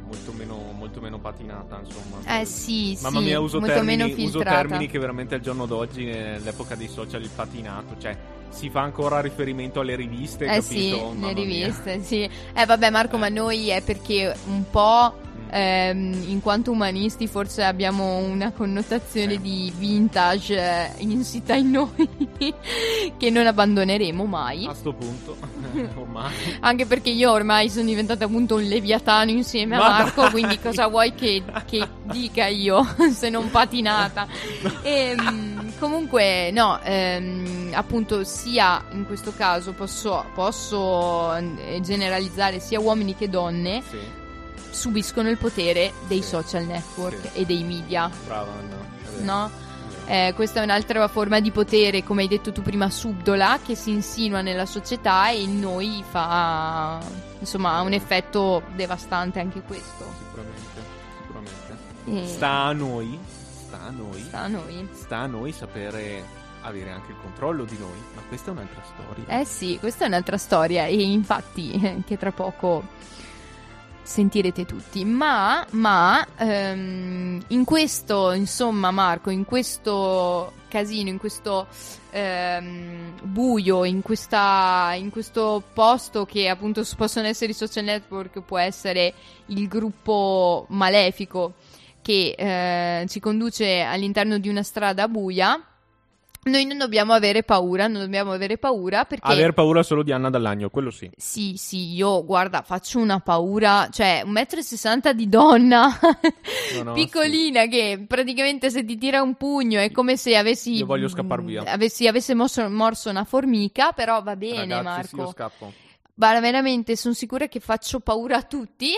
molto meno, molto meno patinata, insomma. Eh sì, Mamma sì, mia, uso molto termini, meno uso filtrata. termini che veramente al giorno d'oggi, nell'epoca dei social, il patinato, cioè si fa ancora riferimento alle riviste, Eh capito? sì, Mamma le mia. riviste, sì. Eh vabbè Marco, Eh. ma noi è perché un po'... Ehm, in quanto umanisti forse abbiamo una connotazione Sì. di vintage eh, insita in noi che non abbandoneremo mai, A sto punto, ormai. anche perché io ormai sono diventata appunto un leviatano insieme a Ma Marco, dai! quindi cosa vuoi che, che dica io se non patinata. E, comunque no, ehm, appunto sia in questo caso posso, posso eh, generalizzare sia uomini che donne Sì, subiscono il potere dei Sì. social network Sì. e dei media, brava Anna, è vero, no? è vero. Eh, questa è un'altra forma di potere, come hai detto tu prima, subdola, che si insinua nella società e in noi fa, insomma, ha un effetto devastante anche questo. Sicuramente, sicuramente. E Sta a noi, sta a noi, sta a noi. sta a noi sapere avere anche il controllo di noi, ma questa è un'altra storia. Eh sì, questa è un'altra storia e infatti eh, che tra poco sentirete tutti, ma, ma ehm, in questo, insomma Marco, in questo casino, in questo ehm, buio, in, questa, in questo posto che appunto possono essere i social network, può essere il gruppo malefico che eh, ci conduce all'interno di una strada buia, noi non dobbiamo avere paura, non dobbiamo avere paura perché... Aver paura solo di Anna Dall'Agno, quello sì. Sì, sì, io guarda, faccio una paura, cioè un metro e sessanta di donna, No, no, piccolina, che praticamente se ti tira un pugno è come se avessi... Io voglio scappar via. Avessi, avesse morso, morso una formica, però va bene Ragazzi, sì, io Marco. scappo. Ma veramente sono sicura che faccio paura a tutti.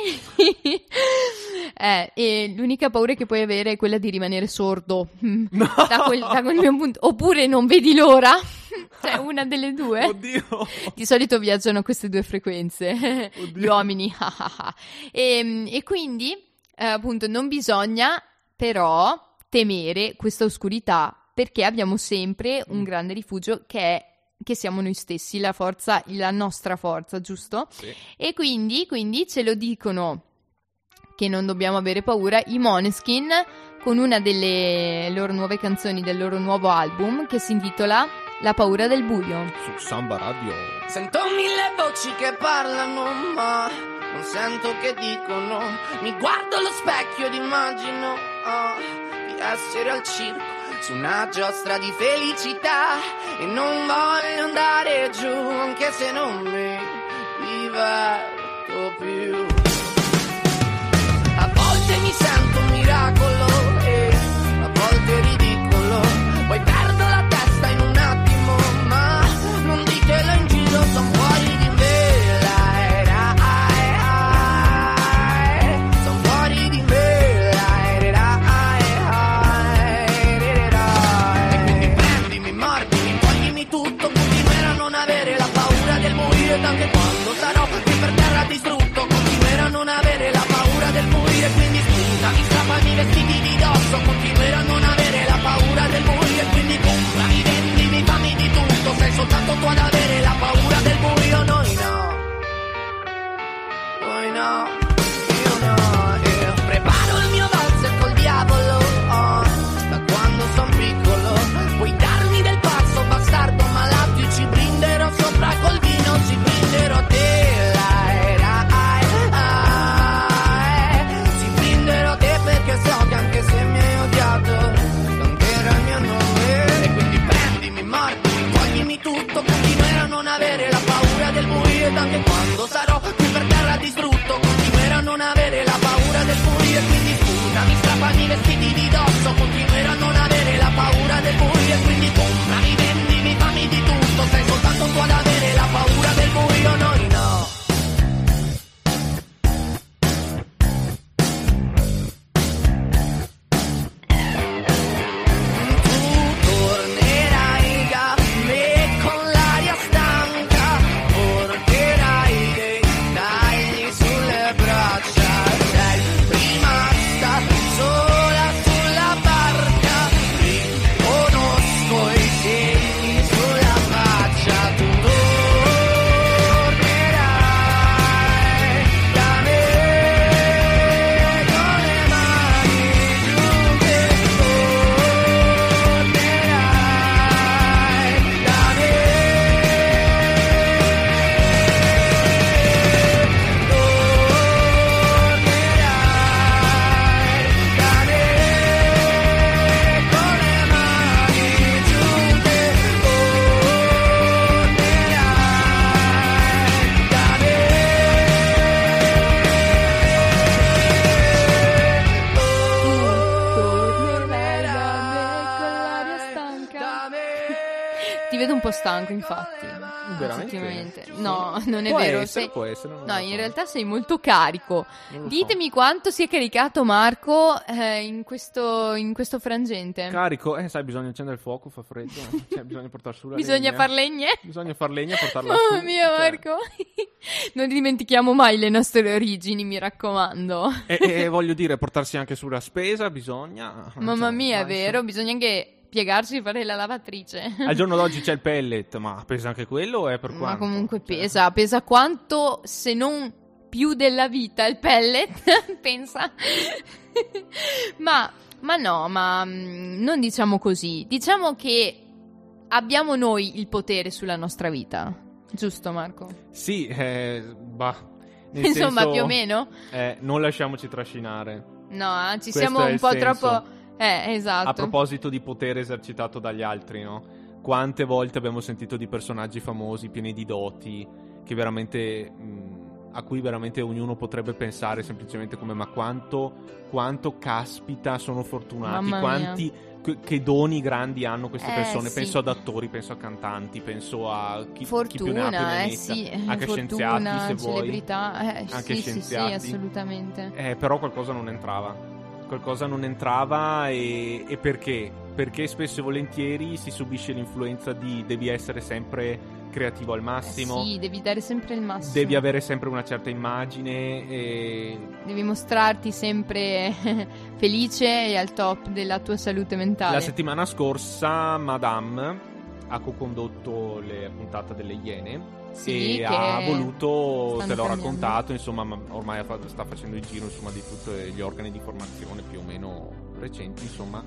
eh, e l'unica paura che puoi avere è quella di rimanere sordo. No! Da quel, da quel mio punto. Oppure non vedi l'ora. Cioè, una delle due. Oddio! Di solito viaggiano queste due frequenze. Gli Oddio. uomini. e, e quindi, eh, appunto, non bisogna però temere questa oscurità, perché abbiamo sempre un grande rifugio che è che siamo noi stessi, la forza, la nostra forza, giusto? Sì. E quindi, quindi ce lo dicono che non dobbiamo avere paura i Måneskin con una delle loro nuove canzoni del loro nuovo album che si intitola La paura del buio. Su Samba Radio. Sento mille voci che parlano, ma non sento che dicono. Mi guardo allo specchio ed immagino oh, di essere al circo su una giostra di felicità e non voglio andare giù anche se non mi diverto più. A volte mi sento un miracolo e a volte ridicolo, poi perdo la testa in un attimo, ma non ditelo in giro, son fuori di me, lai, lai, lai. Son fuori di me, lai, lai, lai, lai. E quindi prendimi, mordimi, toglimi tutto, continuerò a non avere la paura del buio ed anche quando sarò qui per terra distrutto, continuerò a non avere la paura del buio e quindi spuntami, strappami i vestiti di dosso, continuerò a non avere la paura del buio e quindi comprami, vendimi, fammi di tutto, sei soltanto tu ad avere la paura del buio, noi no, noi no, io no, io preparo il mio valzer col diavolo, oh, da quando son piccolo, puoi darmi del pazzo bastardo malato, io ci brinderò sopra col vino, ci brinderò te, lai, lai, lai, ci brinderò te perché so che anche se mi hai odiato, canterà il mio nome, e quindi prendimi, mordimi, toglimi tutto, continuerò a non avere la paura del buio ed anche quando sarò qui per terra distrutto, continuerò a non avere la paura del buio e quindi spuntami, strappami i vestiti di dosso, continuerò a non avere la paura del buio e quindi comprami, vendimi, fammi di tutto, sei soltanto tu ad avere la paura del buio, noi no. Tu tornerai da me con l'aria stanca, porterai dei tagli sulle braccia, sei rimasta sola sulla Ti vedo un po' stanco, infatti. Veramente? Effettivamente. No, non è Può vero. essere, sei- può essere, non No, lo in so. realtà sei molto carico. Non lo Ditemi quanto si è caricato Marco eh, in, questo, in questo frangente. Carico, eh sai, bisogna accendere il fuoco, fa freddo, cioè, bisogna portare su la Bisogna legna. far legne? Bisogna far legna e portarla su. Mamma mia, cioè. Marco. Non dimentichiamo mai le nostre origini, mi raccomando. E, e voglio dire, portarsi anche sulla spesa, bisogna. Mamma Cioè, mia, è ma vero, bisogna anche piegarsi e fare la lavatrice. Al giorno d'oggi c'è il pellet, ma pesa anche quello o è per Ma quanto? comunque Cioè, pesa, pesa quanto, se non più della vita, il pellet, pensa. ma, ma no, ma mm, non diciamo così. Diciamo che abbiamo noi il potere sulla nostra vita, giusto Marco? Sì, eh, bah. nel Insomma, senso, più o meno. eh, non lasciamoci trascinare. No, eh, ci Questo siamo è un il po' senso. troppo... Eh, esatto. A proposito di potere esercitato dagli altri, no? Quante volte abbiamo sentito di personaggi famosi, pieni di doti, che veramente... mh, a cui veramente ognuno potrebbe pensare semplicemente come ma quanto, quanto caspita sono fortunati, Mamma quanti che, che doni grandi hanno queste Eh, persone. sì. Penso ad attori, penso a cantanti, penso a chi, chi più Fortuna, ne ha più ne eh metta. sì, anche fortuna, scienziati se vuoi. celebrità, eh, Anche sì, scienziati. sì, sì, assolutamente. Eh, però qualcosa non entrava. Qualcosa non entrava e, e perché? Perché spesso e volentieri si subisce l'influenza di devi essere sempre creativo al massimo, Eh sì, devi dare sempre il massimo. devi avere sempre una certa immagine e... Devi mostrarti sempre felice e al top della tua salute mentale. La settimana scorsa Madame ha co-condotto le puntate delle Iene Sì, e che ha voluto, stanno te l'ho prendendo. raccontato, insomma, ma ormai ha fatto- sta facendo il giro insomma, di tutti gli organi di formazione più o meno recenti, insomma,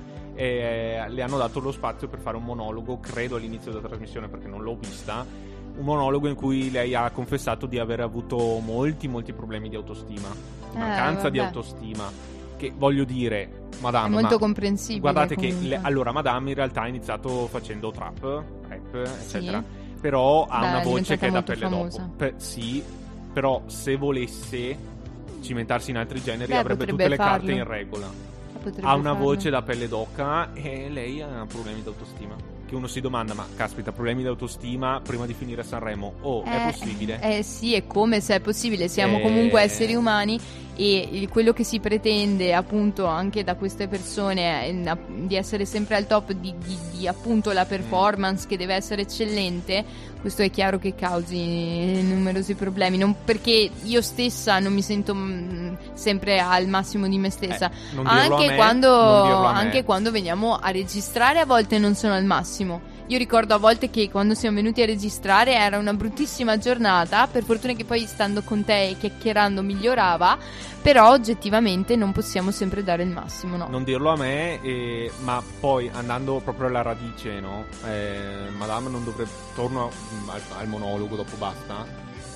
e le hanno dato lo spazio per fare un monologo, credo all'inizio della trasmissione perché non l'ho vista, un monologo in cui lei ha confessato di aver avuto molti molti problemi di autostima, mancanza di Eh, vabbè. autostima, che voglio dire, Madame, È molto ma comprensibile. guardate che comunque. le- allora Madame in realtà ha iniziato facendo trap, rap, eccetera, però ha Beh, una è voce che è da diventata pelle molto dopo. famosa. Per- sì, però se volesse cimentarsi in altri generi Beh, avrebbe potrebbe tutte le carte farlo. in regola. Potrebbe Ha una farlo. voce da pelle d'oca e lei ha problemi di autostima. Che uno si domanda, ma caspita, problemi di autostima prima di finire a Sanremo? Oh, è Eh, possibile? Eh sì, è come se è possibile. Siamo Eh. comunque esseri umani e il- quello che si pretende appunto anche da queste persone è na- di essere sempre al top di, di- di, appunto la performance che deve essere eccellente. Questo è chiaro che causi numerosi problemi, non perché io stessa non mi sento mm, sempre al massimo di me stessa. Eh, non dirlo a Anche me, quando, non dirlo a me. anche quando veniamo a registrare a volte non sono al massimo. Io ricordo a volte che quando siamo venuti a registrare era una bruttissima giornata, per fortuna che poi stando con te e chiacchierando migliorava, però oggettivamente non possiamo sempre dare il massimo, no? Non dirlo a me, eh, ma poi andando proprio alla radice, no? Eh, Madame non dovrebbe. Torno mm, al, al monologo, dopo basta.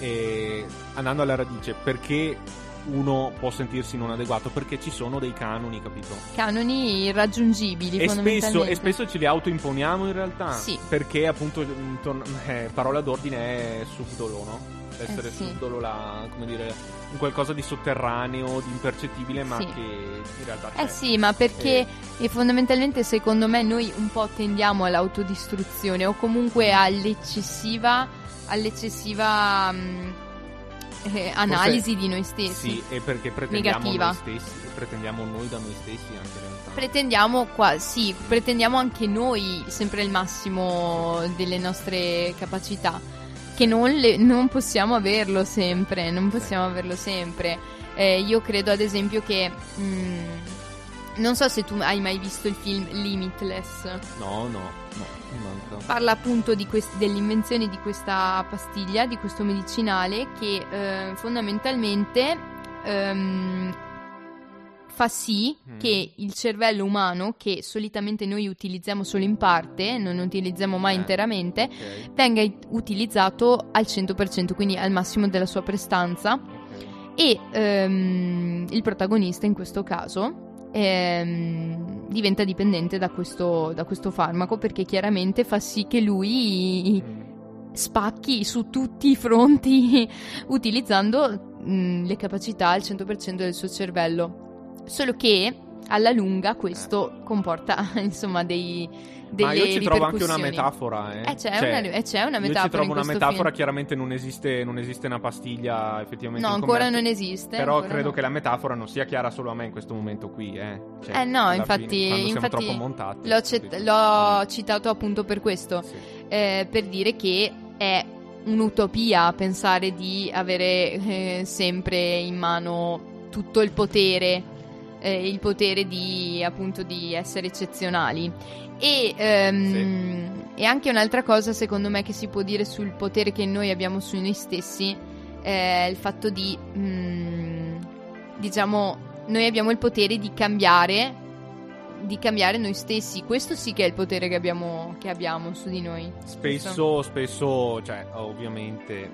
E andando alla radice, perché uno può sentirsi non adeguato? Perché ci sono dei canoni, capito? Canoni irraggiungibili, E spesso, fondamentalmente. e spesso ce li autoimponiamo in realtà. Sì. Perché appunto, mm, torn- eh, parola d'ordine è subdolo, no? Essere Eh, sì. subdolo, la, come dire, un qualcosa di sotterraneo, di impercettibile, ma Sì. che in realtà c'è. Eh sì, ma perché e fondamentalmente secondo me noi un po' tendiamo all'autodistruzione o comunque all'eccessiva all'eccessiva mh, eh, analisi di noi stessi. Sì, e perché pretendiamo Negativa. noi stessi, pretendiamo noi da noi stessi anche in realtà. Pretendiamo qua, sì, pretendiamo anche noi sempre il massimo delle nostre capacità, che non, le- non possiamo averlo sempre, non possiamo averlo sempre. Eh, io credo ad esempio che mh, non so se tu hai mai visto il film Limitless. No, no, no, mi manca. Parla appunto di quest- dell'invenzione di questa pastiglia, di questo medicinale che eh, fondamentalmente ehm, fa sì Mm. che il cervello umano, che solitamente noi utilizziamo solo in parte, non utilizziamo mai Eh, interamente, Ok, venga it- utilizzato al cento per cento, quindi al massimo della sua prestanza. ok. E ehm, il protagonista in questo caso ehm, diventa dipendente da questo, da questo farmaco, perché chiaramente fa sì che lui Mm. spacchi su tutti i fronti utilizzando mh, le capacità al cento per cento del suo cervello. Solo che alla lunga questo comporta insomma dei delle Ma io ci trovo anche ripercussioni. una metafora, eh. Eh, c'è, Cioè, una, eh, c'è una metafora io ci trovo in una questo metafora, film. chiaramente non esiste, non esiste una pastiglia effettivamente No, in ancora commercio, non esiste. però ancora credo no. che la metafora non sia chiara solo a me in questo momento qui, eh. Cioè, Eh no, alla infatti, fine, quando siamo infatti troppo montati, l'ho, cet- capito? l'ho citato appunto per questo, Sì. eh, per dire che è un'utopia pensare di avere eh, sempre in mano tutto il potere, eh, il potere di appunto di essere eccezionali. E, ehm, e anche un'altra cosa secondo me che si può dire sul potere che noi abbiamo su noi stessi è il fatto di mm, diciamo noi abbiamo il potere di cambiare di cambiare noi stessi. Questo sì che è il potere che abbiamo, che abbiamo su di noi. Spesso, spesso, cioè, ovviamente,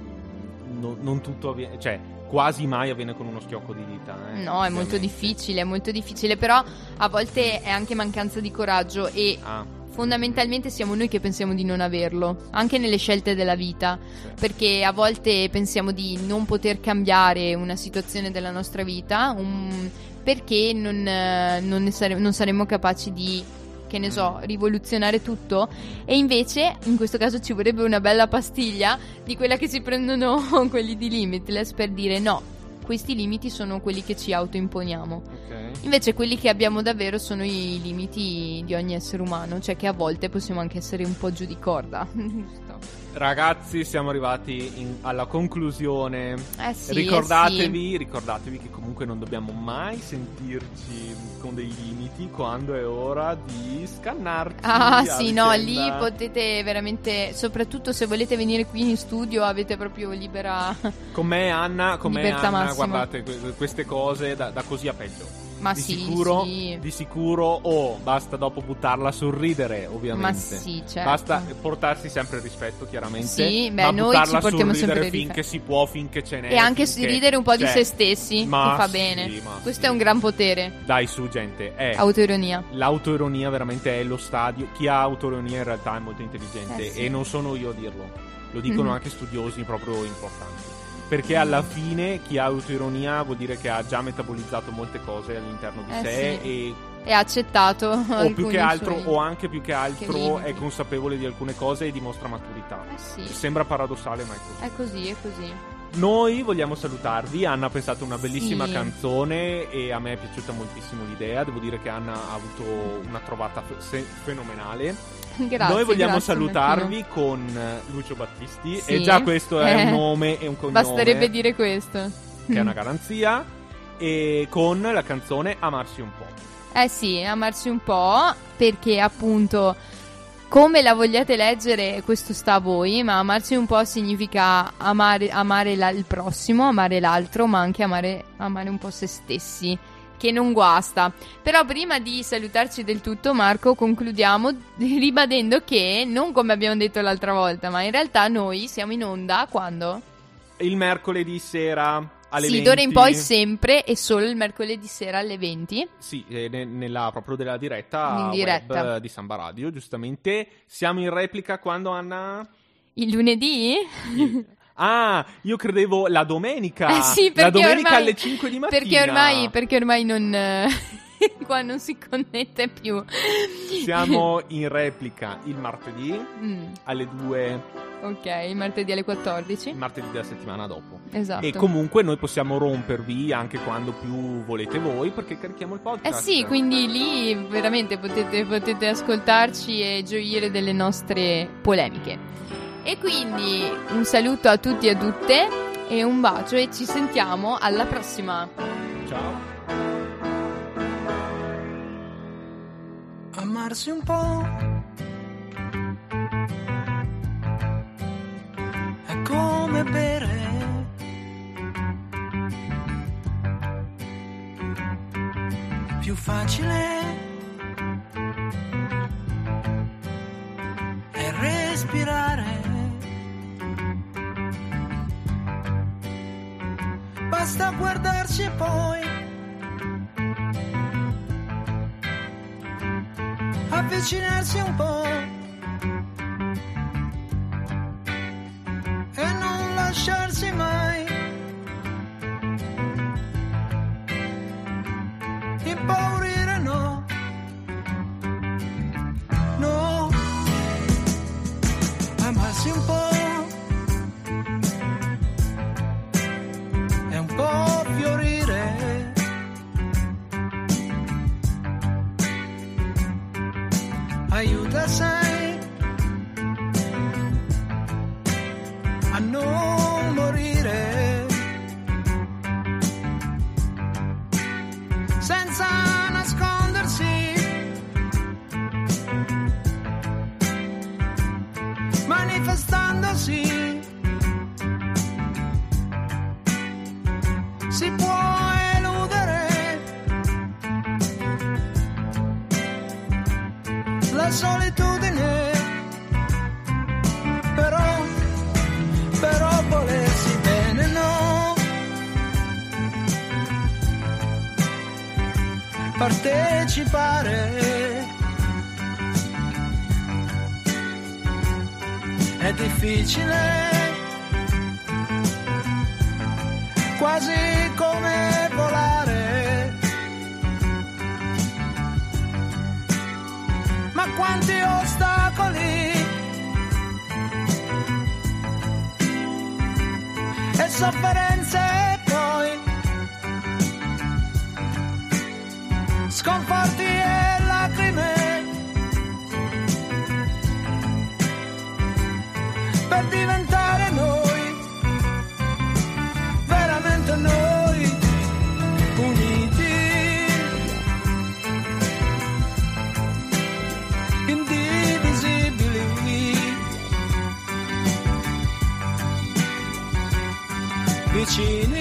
non, non tutto avviene, cioè, quasi mai avviene con uno schiocco di dita. Eh, No, è molto ovviamente. difficile, è molto difficile, però a volte è anche mancanza di coraggio e Ah, fondamentalmente siamo noi che pensiamo di non averlo, anche nelle scelte della vita, sì. perché a volte pensiamo di non poter cambiare una situazione della nostra vita, un- perché non, eh, non, ne sare- non saremmo capaci di, che ne so, rivoluzionare tutto, e invece in questo caso ci vorrebbe una bella pastiglia di quella che si prendono quelli di Limitless per dire no, questi limiti sono quelli che ci autoimponiamo. Ok. Invece quelli che abbiamo davvero sono i limiti di ogni essere umano, cioè che a volte possiamo anche essere un po' giù di corda. Giusto. Ragazzi, siamo arrivati in- alla conclusione. Eh sì, ricordatevi, eh ricordatevi che comunque non dobbiamo mai sentirci con dei limiti quando è ora di scannarci. Ah a sì, no, lì vicenda. potete veramente, soprattutto se volete venire qui in studio avete proprio libera... Con me Anna, con me Libertà Anna, massima. guardate que- queste cose da, da così a peggio. Ma di sì, sicuro, sì. di sicuro, oh, basta dopo buttarla sul ridere, ovviamente. Ma sì, certo. Basta portarsi sempre il rispetto, chiaramente. Sì, beh, ma noi buttarla ci portiamo sul ridere sempre il finché rispetto. si può, finché ce n'è. E anche finché- ridere un po' di cioè, se stessi, ma che fa sì, bene. ma Questo sì. è un gran potere. Dai, su, gente. È Autoironia. L'autoironia veramente è lo stadio. Chi ha autoironia in realtà è molto intelligente. Eh sì. E non sono io a dirlo. Lo dicono Mhm. anche studiosi proprio importanti. Perché alla fine chi ha autoironia vuol dire che ha già metabolizzato molte cose all'interno di Eh sé sì. e E ha accettato o più alcuni che altro suoi- o anche più che altro limiti. è consapevole di alcune cose e dimostra maturità. Eh sì, Sembra paradossale, ma è così. è così, è così. Noi vogliamo salutarvi. Anna ha pensato una bellissima Sì. canzone e a me è piaciuta moltissimo l'idea. Devo dire che Anna ha avuto una trovata fe- se- fenomenale. Grazie. Noi vogliamo grazie, salutarvi Martino. con eh, Lucio Battisti Sì. e già questo è Eh. un nome e un cognome Basterebbe dire questo. che è una garanzia, e con la canzone Amarsi un po'. Eh sì, amarsi un po', perché appunto come la vogliate leggere questo sta a voi, ma amarsi un po' significa amare, amare la- il prossimo, amare l'altro, ma anche amare, amare un po' se stessi, che non guasta. Però prima di salutarci del tutto, Marco, concludiamo ribadendo che, non come abbiamo detto l'altra volta, ma in realtà noi siamo in onda quando? Il mercoledì sera alle sì, venti. d'ora in poi sempre e solo il mercoledì sera alle venti. Sì, eh, ne- nella proprio della diretta, In diretta. web di Samba Radio, giustamente. Siamo in replica quando, Anna? Il lunedì? Ah, io credevo la domenica. Eh sì, la perché domenica ormai, alle cinque di mattina. Perché ormai, perché ormai non... eh, qua non si connette più. Siamo in replica il martedì Mm, alle due, ok, martedì alle quattordici. il martedì della settimana dopo. Esatto. E comunque noi possiamo rompervi anche quando più volete voi, perché carichiamo il Eh podcast. sì, quindi lì veramente potete, potete ascoltarci e gioire delle nostre polemiche. E quindi un saluto a tutti e a tutte e un bacio e ci sentiamo alla prossima. Ciao. Amarsi un po' è come bere, più facile è respirare, basta guardarci e poi avvicinarsi un po' e non lasciarsi mai impaurire. rilassarsi un po' e un po' fiorire. Aiuta, sai, a non morire senza nascondersi, manifestandosi. Si può eludere la solitudine, però, però volersi bene no. Partecipare è difficile, quasi come volare. Ma quanti ostacoli e sofferenze poi, sconforti e lacrime per diventare noi, veramente noi, uniti, indivisibili, vicini